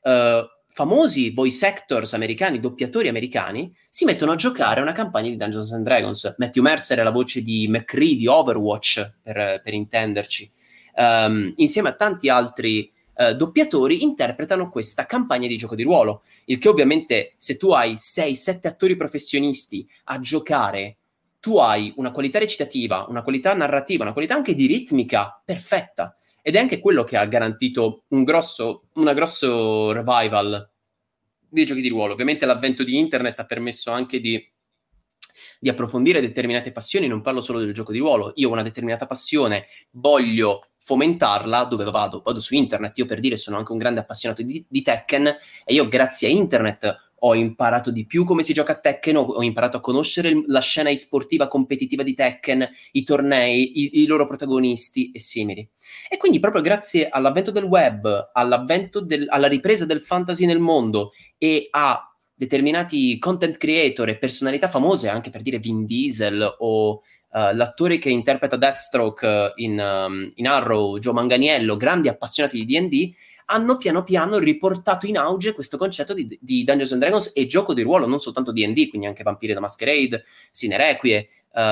famosi voice actors americani, doppiatori americani, si mettono a giocare una campagna di Dungeons and Dragons. Matthew Mercer è la voce di McCree di Overwatch, per intenderci. Insieme a tanti altri doppiatori interpretano questa campagna di gioco di ruolo, il che ovviamente, se tu hai 6-7 attori professionisti a giocare, tu hai una qualità recitativa, una qualità narrativa, una qualità anche di ritmica perfetta, ed è anche quello che ha garantito una grosso revival dei giochi di ruolo. Ovviamente l'avvento di internet ha permesso anche di approfondire determinate passioni. Non parlo solo del gioco di ruolo, io ho una determinata passione, voglio fomentarla, dove vado su internet. Io, per dire, sono anche un grande appassionato di Tekken, e io grazie a internet ho imparato di più come si gioca a Tekken, ho imparato a conoscere la scena e-sportiva competitiva di Tekken, i tornei, i loro protagonisti e simili. E quindi proprio grazie all'avvento del web, alla ripresa del fantasy nel mondo e a determinati content creator e personalità famose, anche per dire Vin Diesel o l'attore che interpreta Deathstroke in Arrow, Joe Manganiello, grandi appassionati di D&D, hanno piano piano riportato in auge questo concetto di Dungeons and Dragons e gioco di ruolo, non soltanto D&D, quindi anche Vampire the Masquerade, Sine Requie,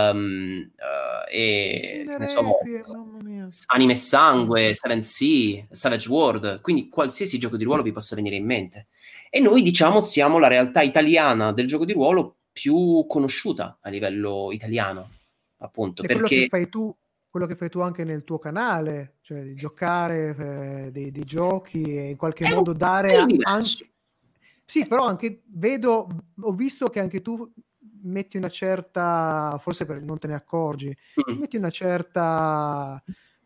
e Anime e Sangue, Seven Sea, Savage World, quindi qualsiasi gioco di ruolo vi possa venire in mente. E noi, diciamo, siamo la realtà italiana del gioco di ruolo più conosciuta a livello italiano, appunto, perché quello che fai tu anche nel tuo canale, cioè di giocare dei giochi e in qualche modo dare anche... Sì, però anche ho visto che anche tu metti una certa, forse non te ne accorgi, metti una certa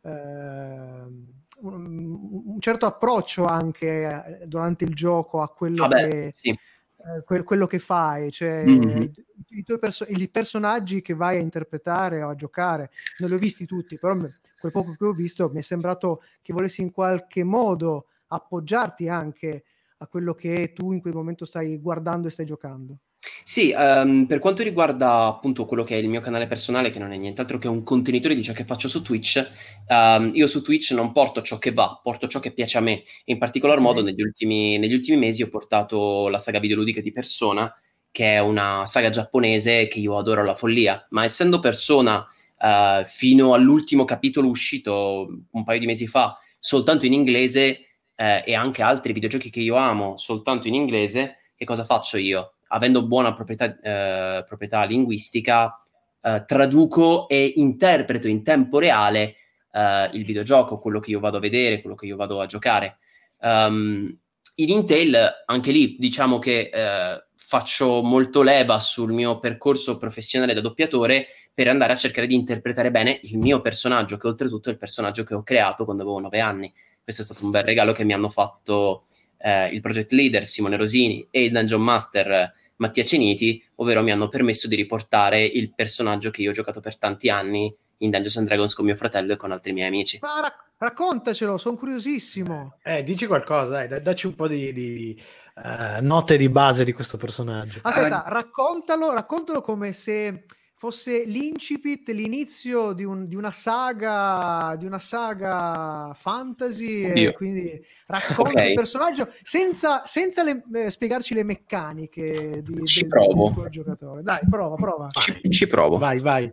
un certo approccio anche durante il gioco a quello quello che fai, cioè i personaggi che vai a interpretare o a giocare. Non li ho visti tutti, però quel poco che ho visto mi è sembrato che volessi in qualche modo appoggiarti anche a quello che tu in quel momento stai guardando e stai giocando. Sì, per quanto riguarda appunto quello che è il mio canale personale, che non è nient'altro che un contenitore di ciò che faccio su Twitch, io su Twitch non porto ciò che va, porto ciò che piace a me. In particolar modo negli ultimi mesi ho portato la saga videoludica di Persona, che è una saga giapponese che io adoro alla follia, ma essendo Persona fino all'ultimo capitolo uscito un paio di mesi fa soltanto in inglese, e anche altri videogiochi che io amo soltanto in inglese, che cosa faccio io? Avendo buona proprietà linguistica, traduco e interpreto in tempo reale il videogioco, quello che io vado a vedere, quello che io vado a giocare. In Intel, anche lì, diciamo che faccio molto leva sul mio percorso professionale da doppiatore per andare a cercare di interpretare bene il mio personaggio, che oltretutto è il personaggio che ho creato quando avevo 9 anni. Questo è stato un bel regalo che mi hanno fatto il project leader Simone Rosini e il Dungeon Master Mattia Ceniti, ovvero mi hanno permesso di riportare il personaggio che io ho giocato per tanti anni in Dungeons and Dragons con mio fratello e con altri miei amici. Ma raccontacelo, sono curiosissimo. Dici qualcosa, dai, dacci un po' di note di base di questo personaggio. Aspetta, raccontalo come se fosse l'incipit, l'inizio di una saga fantasy. E quindi racconta il personaggio senza spiegarci le meccaniche del tuo giocatore. Dai, prova. Ci provo. Vai.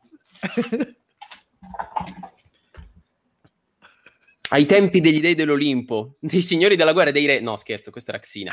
Ai tempi degli dei dell'Olimpo, dei signori della guerra e dei re... No, scherzo, questa era Xina.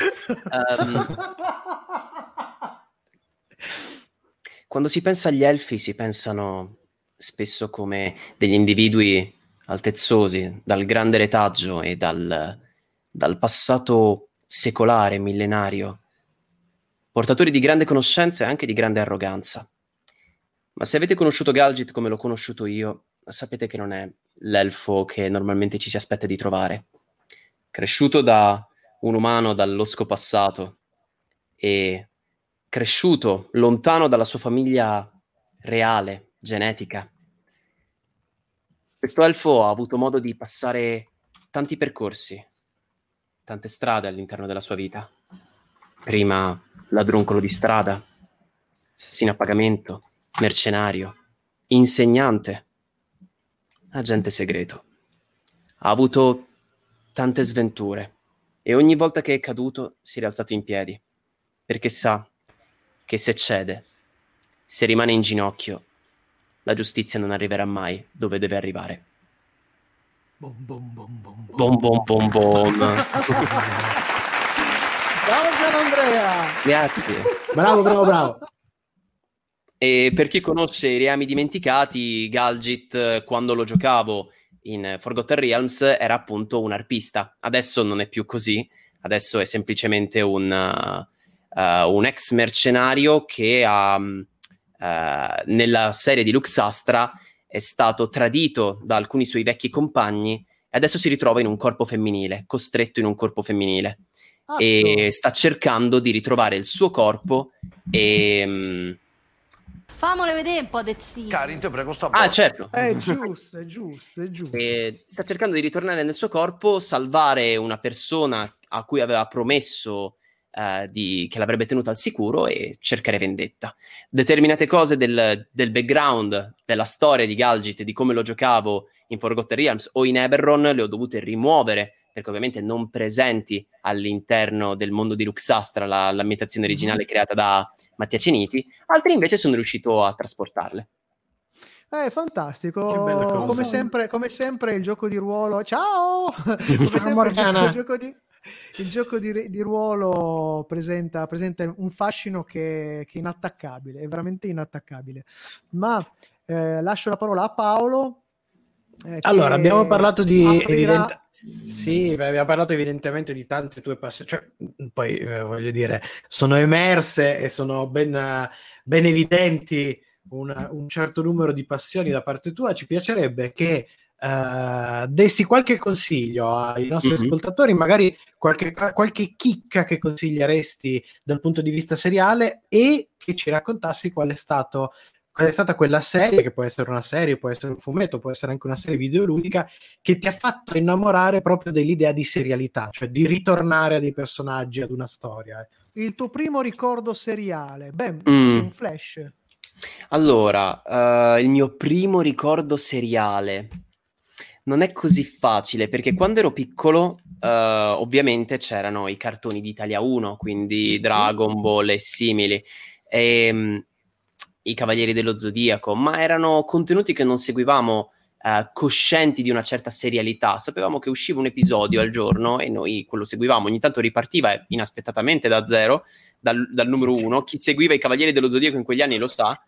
Quando si pensa agli elfi si pensano spesso come degli individui altezzosi, dal grande retaggio e dal passato secolare, millenario, portatori di grande conoscenza e anche di grande arroganza. Ma se avete conosciuto Galgit come l'ho conosciuto io, sapete che non è l'elfo che normalmente ci si aspetta di trovare. Cresciuto da un umano dal losco passato e cresciuto lontano dalla sua famiglia reale, genetica. Questo elfo ha avuto modo di passare tanti percorsi, tante strade all'interno della sua vita. Prima ladruncolo di strada, assassino a pagamento, mercenario, insegnante, agente segreto. Ha avuto tante sventure e ogni volta che è caduto si è rialzato in piedi, perché sa che se cede, se rimane in ginocchio, la giustizia non arriverà mai dove deve arrivare. Bom, bom, bom, bom, Bom bom bom bom. Ciao Gianandrea! Grazie. Bravo. E per chi conosce i Reami Dimenticati, Galgit, quando lo giocavo in Forgotten Realms, era appunto un arpista. Adesso non è più così, adesso è semplicemente un ex mercenario che nella serie di Luxastra è stato tradito da alcuni suoi vecchi compagni e adesso si ritrova in un corpo femminile, costretto in un corpo femminile. E sta cercando di ritrovare il suo corpo e... Famole vedere un po' de zio. Cari, ti prego, sta certo. È giusto. E sta cercando di ritornare nel suo corpo, salvare una persona a cui aveva promesso che l'avrebbe tenuta al sicuro e cercare vendetta. Determinate cose del background, della storia di Galgit e di come lo giocavo in Forgotten Realms o in Eberron le ho dovute rimuovere, perché ovviamente non presenti all'interno del mondo di Luxastra, l'ambientazione originale creata da Mattia Ceniti, altri invece sono riuscito a trasportarle. Fantastico. Che bella cosa. Come sempre il gioco di ruolo. Ciao! Come sempre il gioco di ruolo presenta un fascino che è inattaccabile, è veramente inattaccabile. Ma lascio la parola a Paolo. Allora, abbiamo parlato di Sì, abbiamo parlato evidentemente di tante tue passioni, cioè, poi voglio dire, sono emerse e sono ben evidenti un certo numero di passioni da parte tua. Ci piacerebbe che dessi qualche consiglio ai nostri ascoltatori, magari qualche chicca che consiglieresti dal punto di vista seriale, e che ci raccontassi qual è stata quella serie, che può essere una serie, può essere un fumetto, può essere anche una serie videoludica, che ti ha fatto innamorare proprio dell'idea di serialità, cioè di ritornare a dei personaggi, ad una storia. Il tuo primo ricordo seriale? Beh, c'è un flash. Allora, il mio primo ricordo seriale non è così facile, perché quando ero piccolo ovviamente c'erano i cartoni di Italia 1, quindi Dragon Ball e simili, e i Cavalieri dello Zodiaco, ma erano contenuti che non seguivamo coscienti di una certa serialità. Sapevamo che usciva un episodio al giorno e noi quello seguivamo. Ogni tanto ripartiva inaspettatamente da zero, dal numero 1. Chi seguiva i Cavalieri dello Zodiaco in quegli anni lo sa.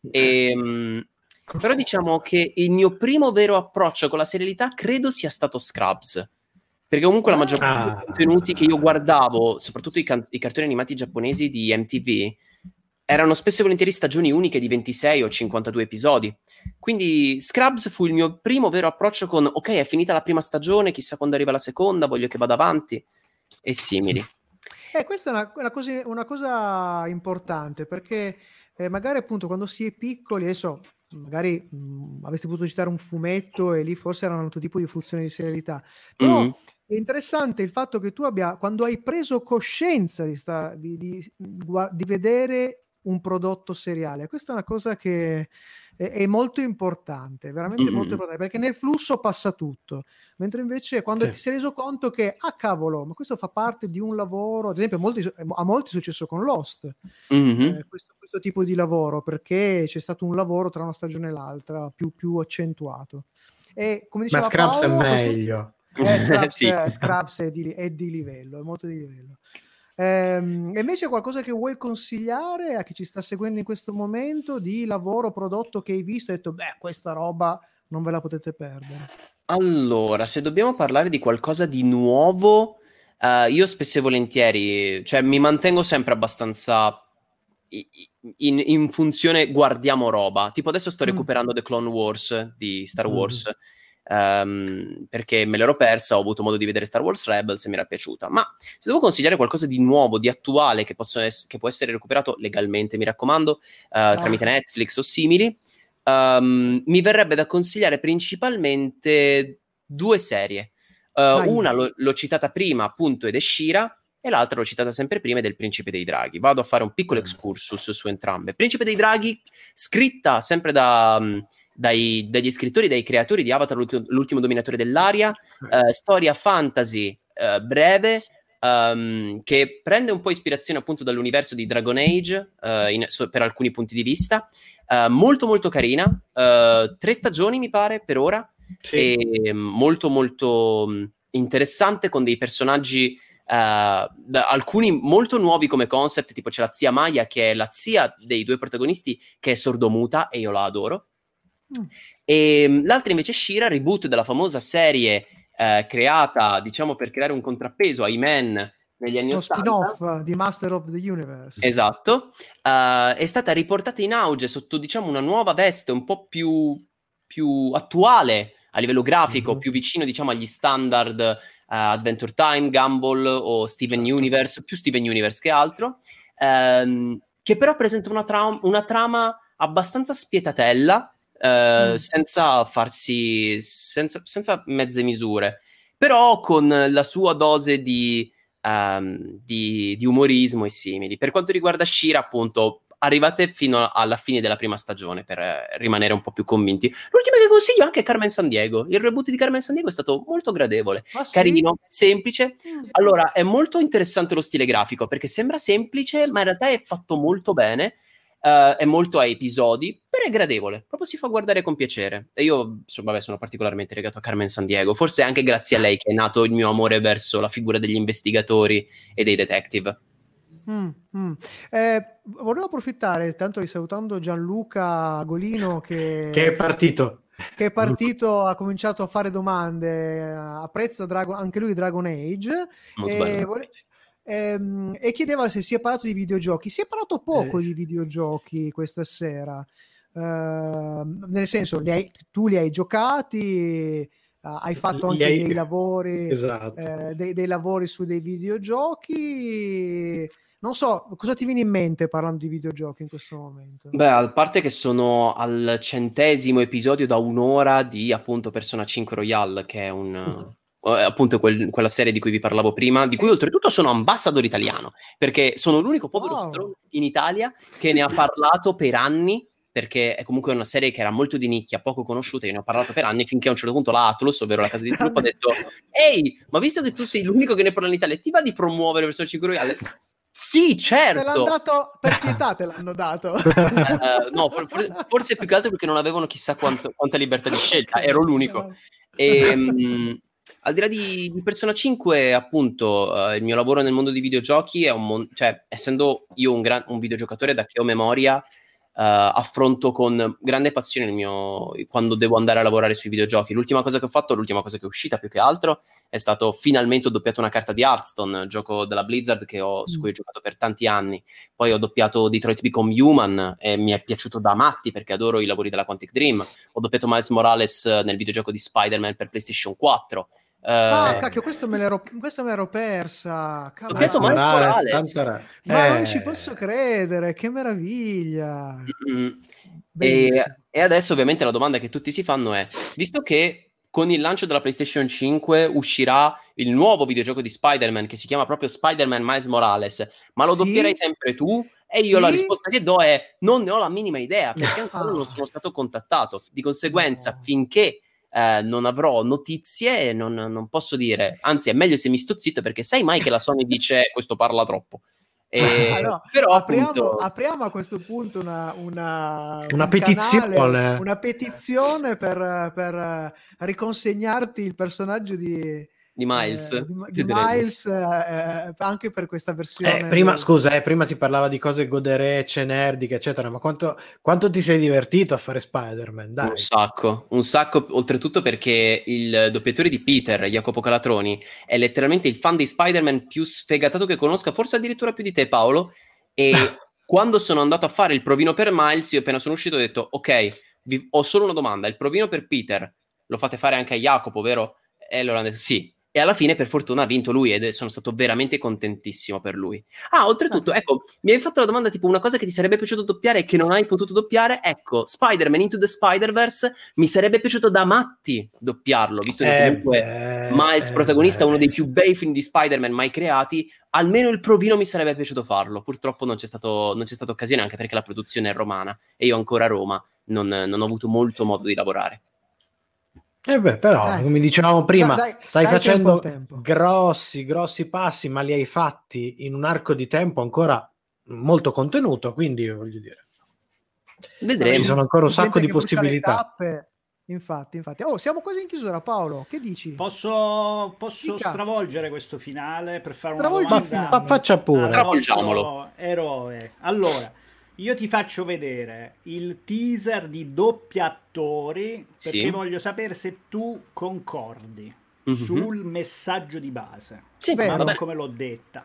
Però diciamo che il mio primo vero approccio con la serialità credo sia stato Scrubs, perché comunque la maggior parte dei contenuti che io guardavo, soprattutto i cartoni animati giapponesi di MTV, erano spesso e volentieri stagioni uniche di 26 o 52 episodi. Quindi Scrubs fu il mio primo vero approccio con ok, è finita la prima stagione, chissà quando arriva la seconda, voglio che vada avanti, e simili. Questa è una cosa importante, perché magari appunto quando si è piccoli, adesso magari avresti potuto citare un fumetto e lì forse era un altro tipo di funzione di serialità, però è interessante il fatto che tu quando hai preso coscienza di vedere un prodotto seriale, questa è una cosa che è molto importante, veramente molto importante, perché nel flusso passa tutto, mentre invece quando ti sei reso conto che cavolo, ma questo fa parte di un lavoro, ad esempio a molti è successo con Lost, questo tipo di lavoro, perché c'è stato un lavoro tra una stagione e l'altra più accentuato, e come diceva Scrubs Paolo, è meglio. Scrubs è di livello, è molto di livello. E invece qualcosa che vuoi consigliare a chi ci sta seguendo in questo momento, di lavoro, prodotto che hai visto e hai detto questa roba non ve la potete perdere? Allora, se dobbiamo parlare di qualcosa di nuovo, io spesso e volentieri, cioè mi mantengo sempre abbastanza in funzione guardiamo roba, tipo adesso sto recuperando The Clone Wars di Star Wars, perché me l'ero persa, ho avuto modo di vedere Star Wars Rebels e mi era piaciuta. Ma se devo consigliare qualcosa di nuovo, di attuale, che può essere recuperato legalmente, mi raccomando, tramite Netflix o simili, mi verrebbe da consigliare principalmente due serie. Una l'ho citata prima, appunto, ed è She-Ra, e l'altra l'ho citata sempre prima, ed è Il Principe dei Draghi. Vado a fare un piccolo excursus su entrambe. Principe dei Draghi, scritta sempre dagli scrittori, dai creatori di Avatar, l'ultimo dominatore dell'aria, storia fantasy breve, che prende un po' ispirazione appunto dall'universo di Dragon Age per alcuni punti di vista. Molto molto carina, 3 stagioni mi pare per ora, Sì. e molto molto interessante, con dei personaggi alcuni molto nuovi come concept, tipo c'è la zia Maya che è la zia dei 2 protagonisti, che è sordomuta e io la adoro. E l'altra invece è She-Ra, reboot della famosa serie creata diciamo per creare un contrappeso ai Men negli anni Uno 80. spin-off di Master of the Universe. Esatto. È stata riportata in auge sotto diciamo una nuova veste un po' più attuale a livello grafico, più vicino diciamo agli standard Adventure Time, Gumball o Steven Universe, più Steven Universe che altro, che però presenta una trama abbastanza spietatella, senza mezze misure, però con la sua dose di umorismo e simili. Per quanto riguarda She-Ra, appunto, arrivate fino alla fine della prima stagione per rimanere un po' più convinti. L'ultima che consiglio è anche Carmen Sandiego. Il reboot di Carmen Sandiego è stato molto gradevole, carino, semplice. Allora, è molto interessante lo stile grafico, perché sembra semplice, ma in realtà è fatto molto bene. È molto a episodi, però è gradevole, proprio si fa guardare con piacere. E io sono particolarmente legato a Carmen Sandiego, forse anche grazie a lei che è nato il mio amore verso la figura degli investigatori e dei detective. Volevo approfittare, tanto salutando Gianluca Golino che è partito. Ha cominciato a fare domande, apprezza anche lui Dragon Age. Molto bello. E chiedeva se si è parlato di videogiochi. Si è parlato poco di videogiochi questa sera, nel senso tu li hai giocati, hai fatto anche dei lavori, esatto. dei lavori su dei videogiochi. Non so, cosa ti viene in mente parlando di videogiochi in questo momento? Beh, a parte che sono al 100° episodio da 1 ora di appunto Persona 5 Royale, che è appunto quella serie di cui vi parlavo prima, di cui oltretutto sono ambassador italiano, perché sono l'unico povero stronzo in Italia che ne ha parlato per anni, perché è comunque una serie che era molto di nicchia, poco conosciuta, io ne ho parlato per anni, finché a un certo punto la Atlus, ovvero la casa di sviluppo, ha detto: ehi, ma visto che tu sei l'unico che ne parla in Italia, ti va di promuovere Persona 5 Royale? Sì, certo! Te l'hanno dato per pietà, te l'hanno dato. No, forse più che altro perché non avevano chissà quanta libertà di scelta, ero l'unico. E al di là di Persona 5, appunto, il mio lavoro nel mondo dei videogiochi è cioè, essendo io un videogiocatore da che ho memoria, affronto con grande passione quando devo andare a lavorare sui videogiochi. L'ultima cosa che è uscita più che altro, è stato finalmente ho doppiato una carta di Hearthstone, gioco della Blizzard su cui ho giocato per tanti anni. Poi ho doppiato Detroit Become Human e mi è piaciuto da matti perché adoro i lavori della Quantic Dream. Ho doppiato Miles Morales nel videogioco di Spider-Man per PlayStation 4. Cacchio, questa me l'ero persa. Ho detto Miles Morales. Ma non ci posso credere, che meraviglia. E adesso ovviamente la domanda che tutti si fanno è: visto che con il lancio della PlayStation 5 uscirà il nuovo videogioco di Spider-Man che si chiama proprio Spider-Man Miles Morales, ma lo doppierai sempre tu? E io la risposta che do è: non ne ho la minima idea, perché ancora non sono stato contattato. Di conseguenza, finché non avrò notizie, non posso dire. Anzi, è meglio se mi sto zitto, perché sai mai che la Sony dice questo parla troppo. Allora, però apriamo a questo punto una petizione, canale, una petizione per riconsegnarti il personaggio di Miles, di Miles anche per questa versione. Prima si parlava di cose goderecce, nerdiche, eccetera, ma quanto ti sei divertito a fare Spider-Man? Dai. Un sacco, oltretutto perché il doppiatore di Peter, Jacopo Calatroni, è letteralmente il fan di Spider-Man più sfegatato che conosca, forse addirittura più di te, Paolo. E quando sono andato a fare il provino per Miles, io appena sono uscito ho detto: ok, ho solo una domanda, il provino per Peter lo fate fare anche a Jacopo, vero? E allora hanno detto sì. E alla fine, per fortuna, ha vinto lui ed sono stato veramente contentissimo per lui. Oltretutto, ecco, mi hai fatto la domanda tipo una cosa che ti sarebbe piaciuto doppiare e che non hai potuto doppiare. Ecco, Spider-Man Into the Spider-Verse mi sarebbe piaciuto da matti doppiarlo, visto che comunque Miles, protagonista, è uno dei più bei film di Spider-Man mai creati. Almeno il provino mi sarebbe piaciuto farlo. Purtroppo non c'è stata occasione, anche perché la produzione è romana e io ancora a Roma non ho avuto molto modo di lavorare. Però, come dicevamo prima, stai facendo tempo. grossi passi, ma li hai fatti in un arco di tempo ancora molto contenuto, quindi voglio dire, vedremo. Ci sono ancora un sacco di possibilità. Tappe. Infatti. Oh, siamo quasi in chiusura, Paolo. Che dici? Posso stravolgere questo finale per fare una domanda? Ma faccia pure. Stravolgiamolo. Eroe. Allora, io ti faccio vedere il teaser di Doppiatori perché voglio sapere se tu concordi sul messaggio di base. Sì, ma non come l'ho detta.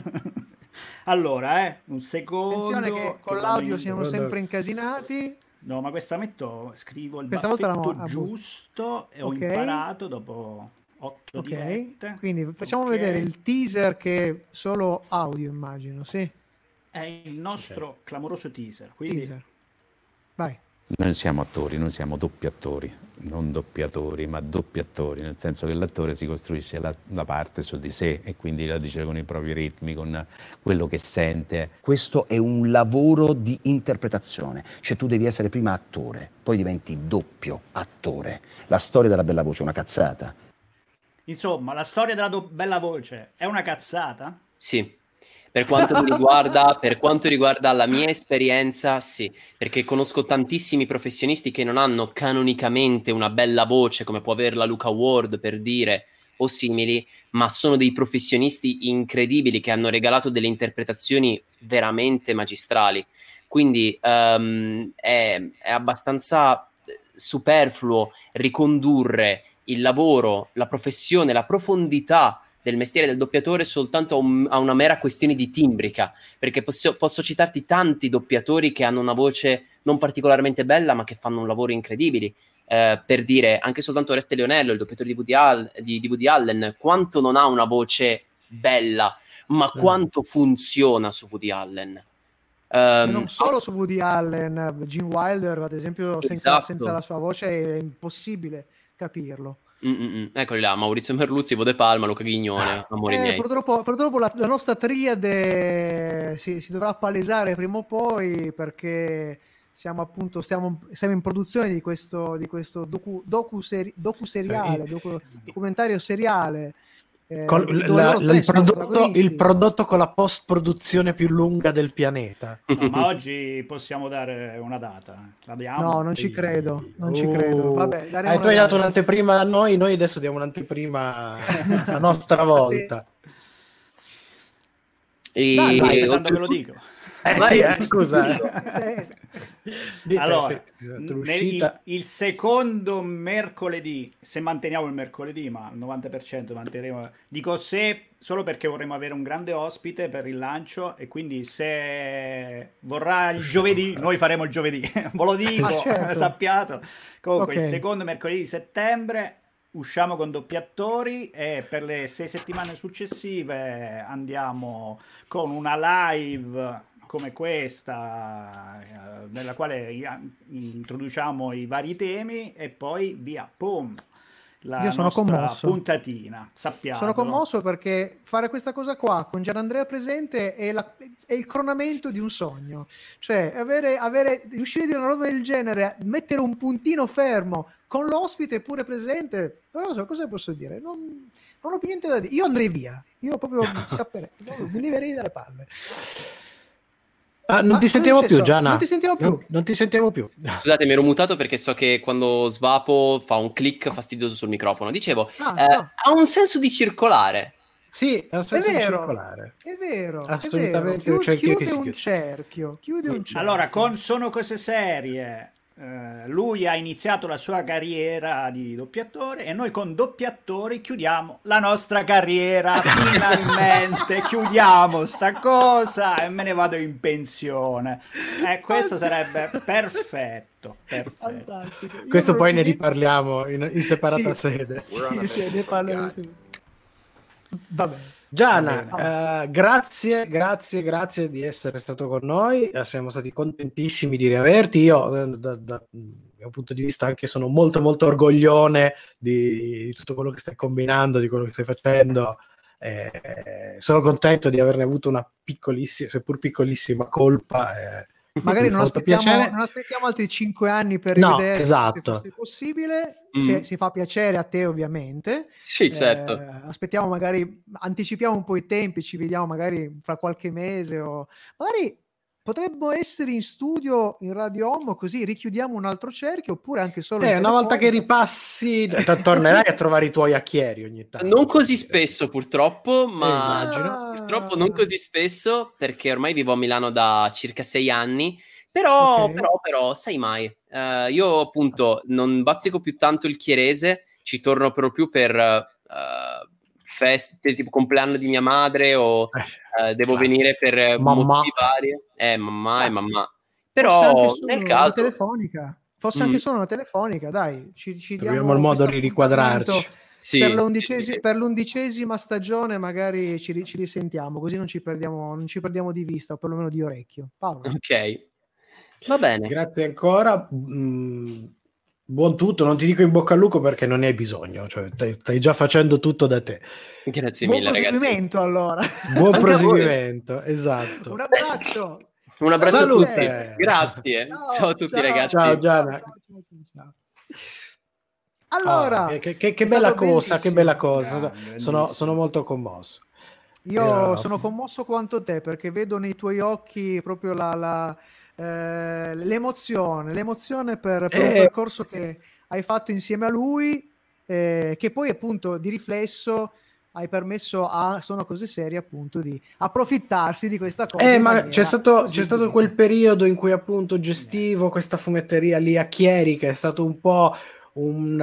Allora, un secondo. Attenzione che con l'audio siamo sempre incasinati. No, ma scrivo il questa baffetto giusto e ho imparato dopo 8 dirette. Quindi facciamo vedere il teaser che è solo audio, immagino, sì? È il nostro clamoroso teaser. Quindi... Vai. Noi non siamo attori, noi siamo doppiatori, non doppiatori, ma doppiatori, nel senso che l'attore si costruisce la parte su di sé e quindi la dice con i propri ritmi, con quello che sente. Questo è un lavoro di interpretazione, cioè tu devi essere prima attore, poi diventi doppio attore. La storia della bella voce è una cazzata. Insomma, la storia della bella voce è una cazzata? Sì. Per quanto riguarda la mia esperienza, sì, perché conosco tantissimi professionisti che non hanno canonicamente una bella voce come può averla Luca Ward, per dire, o simili, ma sono dei professionisti incredibili che hanno regalato delle interpretazioni veramente magistrali. Quindi è abbastanza superfluo ricondurre il lavoro, la professione, la profondità del mestiere del doppiatore soltanto a una mera questione di timbrica, perché posso citarti tanti doppiatori che hanno una voce non particolarmente bella ma che fanno un lavoro incredibile, per dire anche soltanto Oreste Leonello, il doppiatore di Woody Allen, quanto non ha una voce bella ma quanto funziona su Woody Allen. Non solo su Woody Allen, Gene Wilder ad esempio, senza la sua voce è impossibile capirlo. Eccoli là, Maurizio Merluzzi, Ivo De Palma, Luca Ghignone, amori miei. Purtroppo la nostra triade si dovrà palesare prima o poi, perché siamo in produzione di questo documentario seriale. Il prodotto con la post-produzione più lunga del pianeta. No, ma oggi possiamo dare una data. La diamo? No, non ci credo. Vabbè, hai dato un'anteprima a noi adesso diamo un'anteprima la nostra volta. Dai, tanto ve lo dico. Scusa. Allora, il secondo mercoledì, se manteniamo il mercoledì, ma al 90% manterremo, dico se solo perché vorremmo avere un grande ospite per il lancio, e quindi se vorrà il giovedì, noi faremo il giovedì, ve lo dico, certo. Sappiato. Comunque il secondo mercoledì di settembre usciamo con Doppiatori, e per le 6 settimane successive andiamo con una live come questa, nella quale introduciamo i vari temi, e poi via, pum, Io sono commosso. Puntatina, sappiamo. Sono commosso perché fare questa cosa qua con Gianandrea presente è il coronamento di un sogno, cioè riuscire a dire una roba del genere, mettere un puntino fermo con l'ospite pure presente, però cosa posso dire? Non ho più niente da dire, io andrei via, io proprio scapperei, mi leverei dalle palle. Non ti sentiamo più, Gianna. Non ti sentiamo più. Scusate, mi ero mutato perché so che quando svapo fa un click fastidioso sul microfono. Dicevo, no. ha un senso di circolare. Sì, ha un senso di circolare. È vero. Assolutamente. Chiude un cerchio. Allora, Sono cose serie. Lui ha iniziato la sua carriera di doppiatore e noi con Doppiatori chiudiamo la nostra carriera. Finalmente chiudiamo sta cosa e me ne vado in pensione. Questo sarebbe perfetto. Fantastico. Questo poi ne riparliamo in separata sede. Sì, ne parleremo. Va bene. Gianna, grazie di essere stato con noi, siamo stati contentissimi di riaverti. Io dal mio punto di vista anche sono molto molto orgoglione di tutto quello che stai combinando, di quello che stai facendo. Sono contento di averne avuto una piccolissima, seppur piccolissima colpa, Magari non aspettiamo altri 5 anni per rivedere, esatto, se possibile, se fa piacere a te ovviamente. Sì, certo. Aspettiamo, magari anticipiamo un po' i tempi, ci vediamo magari fra qualche mese, o magari potremmo essere in studio in Radio Home, così richiudiamo un altro cerchio, oppure anche solo una volta che ripassi tornerai a trovare i tuoi acchieri ogni tanto. Non così spesso purtroppo, ma purtroppo non così spesso, perché ormai vivo a Milano da circa 6 anni, però sai mai, io appunto non bazzico più tanto il Chierese, ci torno però più per feste tipo compleanno di mia madre, o devo venire per motivi vari, mamma, però nel caso telefonica, fosse anche solo una telefonica, dai, ci troviamo il modo di riquadrarci. Sì, per l'11ª stagione magari ci risentiamo, così non ci perdiamo di vista, o perlomeno di orecchio. Paolo. Ok, va bene, grazie ancora. Buon tutto, non ti dico in bocca al lupo perché non ne hai bisogno, cioè stai già facendo tutto da te. Grazie Buon mille, proseguimento, ragazzi. Allora. Buon proseguimento, esatto. Un abbraccio. Un abbraccio Salute. a tutti. Grazie. Ciao a tutti, ragazzi. Ciao Gianna. Allora, che bella cosa, che bella cosa. Sono molto commosso. Io sono commosso quanto te, perché vedo nei tuoi occhi proprio l'emozione per un percorso che hai fatto insieme a lui, che poi appunto di riflesso hai permesso a Sono Cose Serie appunto di approfittarsi di questa cosa. Ma c'è stato quel periodo in cui appunto gestivo questa fumetteria lì a Chieri, che è stato un po' un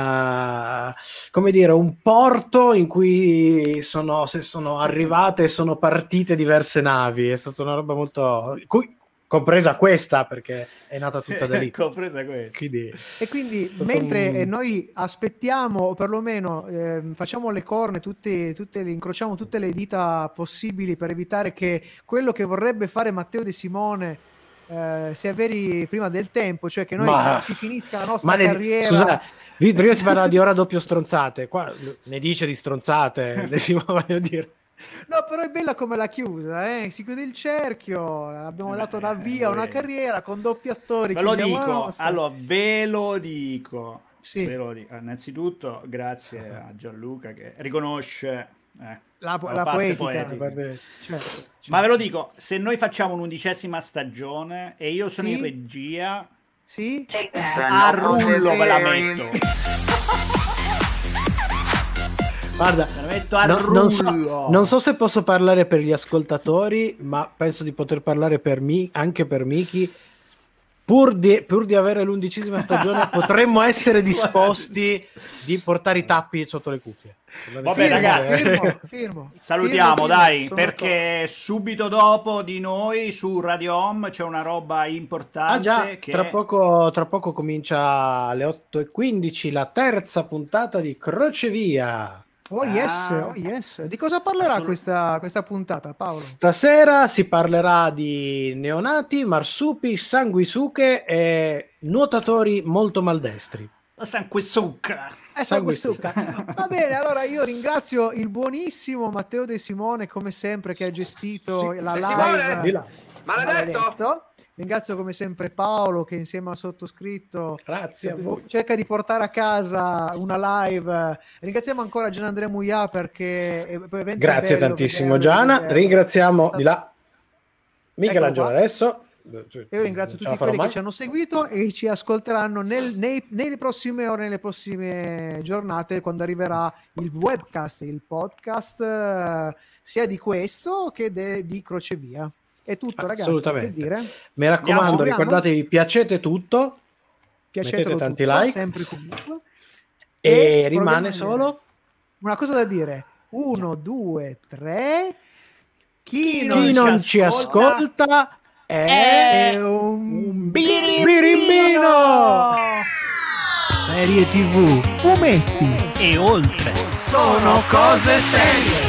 porto in cui sono arrivate e sono partite diverse navi. È stata una roba molto... compresa questa, perché è nata tutta da lì. Compresa questa. Quindi mentre noi aspettiamo, o perlomeno facciamo le corna, incrociamo tutte le dita possibili per evitare che quello che vorrebbe fare Matteo De Simone si avveri prima del tempo, cioè che noi si finisca la nostra carriera. Scusa, prima si parlava di ora doppio stronzate, qua ne dice di stronzate, De Simone, voglio dire. No, però è bella come l'ha chiusa, si chiude il cerchio, abbiamo dato la via a una carriera con doppi attori. Ve lo dico. Sì. Innanzitutto grazie a Gianluca che riconosce la poetica. Certo. Ma ve lo dico, se noi facciamo un'11ª stagione e io sono in regia, a rullo ve la metto. Guarda, non so se posso parlare per gli ascoltatori, ma penso di poter parlare anche per Miki. Pur di avere l'11ª stagione potremmo essere disposti di portare i tappi sotto le cuffie. Vabbè, ragazzi, firmo. Salutiamo, dai, perché subito dopo di noi su Radio Home c'è una roba importante. Tra poco comincia alle 8:15 la terza puntata di Crocevia. Oh yes. Di cosa parlerà questa puntata, Paolo? Stasera si parlerà di neonati, marsupi, sanguisuche e nuotatori molto maldestri. Sanguisucca. Va bene, allora io ringrazio il buonissimo Matteo De Simone, come sempre, che ha gestito la live. Maledetto. Ringrazio come sempre Paolo, che insieme al sottoscritto cerca di portare a casa una live. Ringraziamo ancora Gianandrea Muia, perché grazie tantissimo Gianna. Ringraziamo di là Michelangelo adesso. Io ringrazio tutti quelli che ci hanno seguito e ci ascolteranno nelle prossime ore, nelle prossime giornate, quando arriverà il webcast, il podcast sia di questo che di Crocevia. È tutto, ragazzi. Assolutamente. Mi raccomando, ricordatevi, piacete tutto, mettete tanti like, sempre comunque. E rimane solo una cosa da dire: 1, 2, 3. Chi non ci ascolta è un birimbino. Serie TV, fumetti e oltre sono cose serie.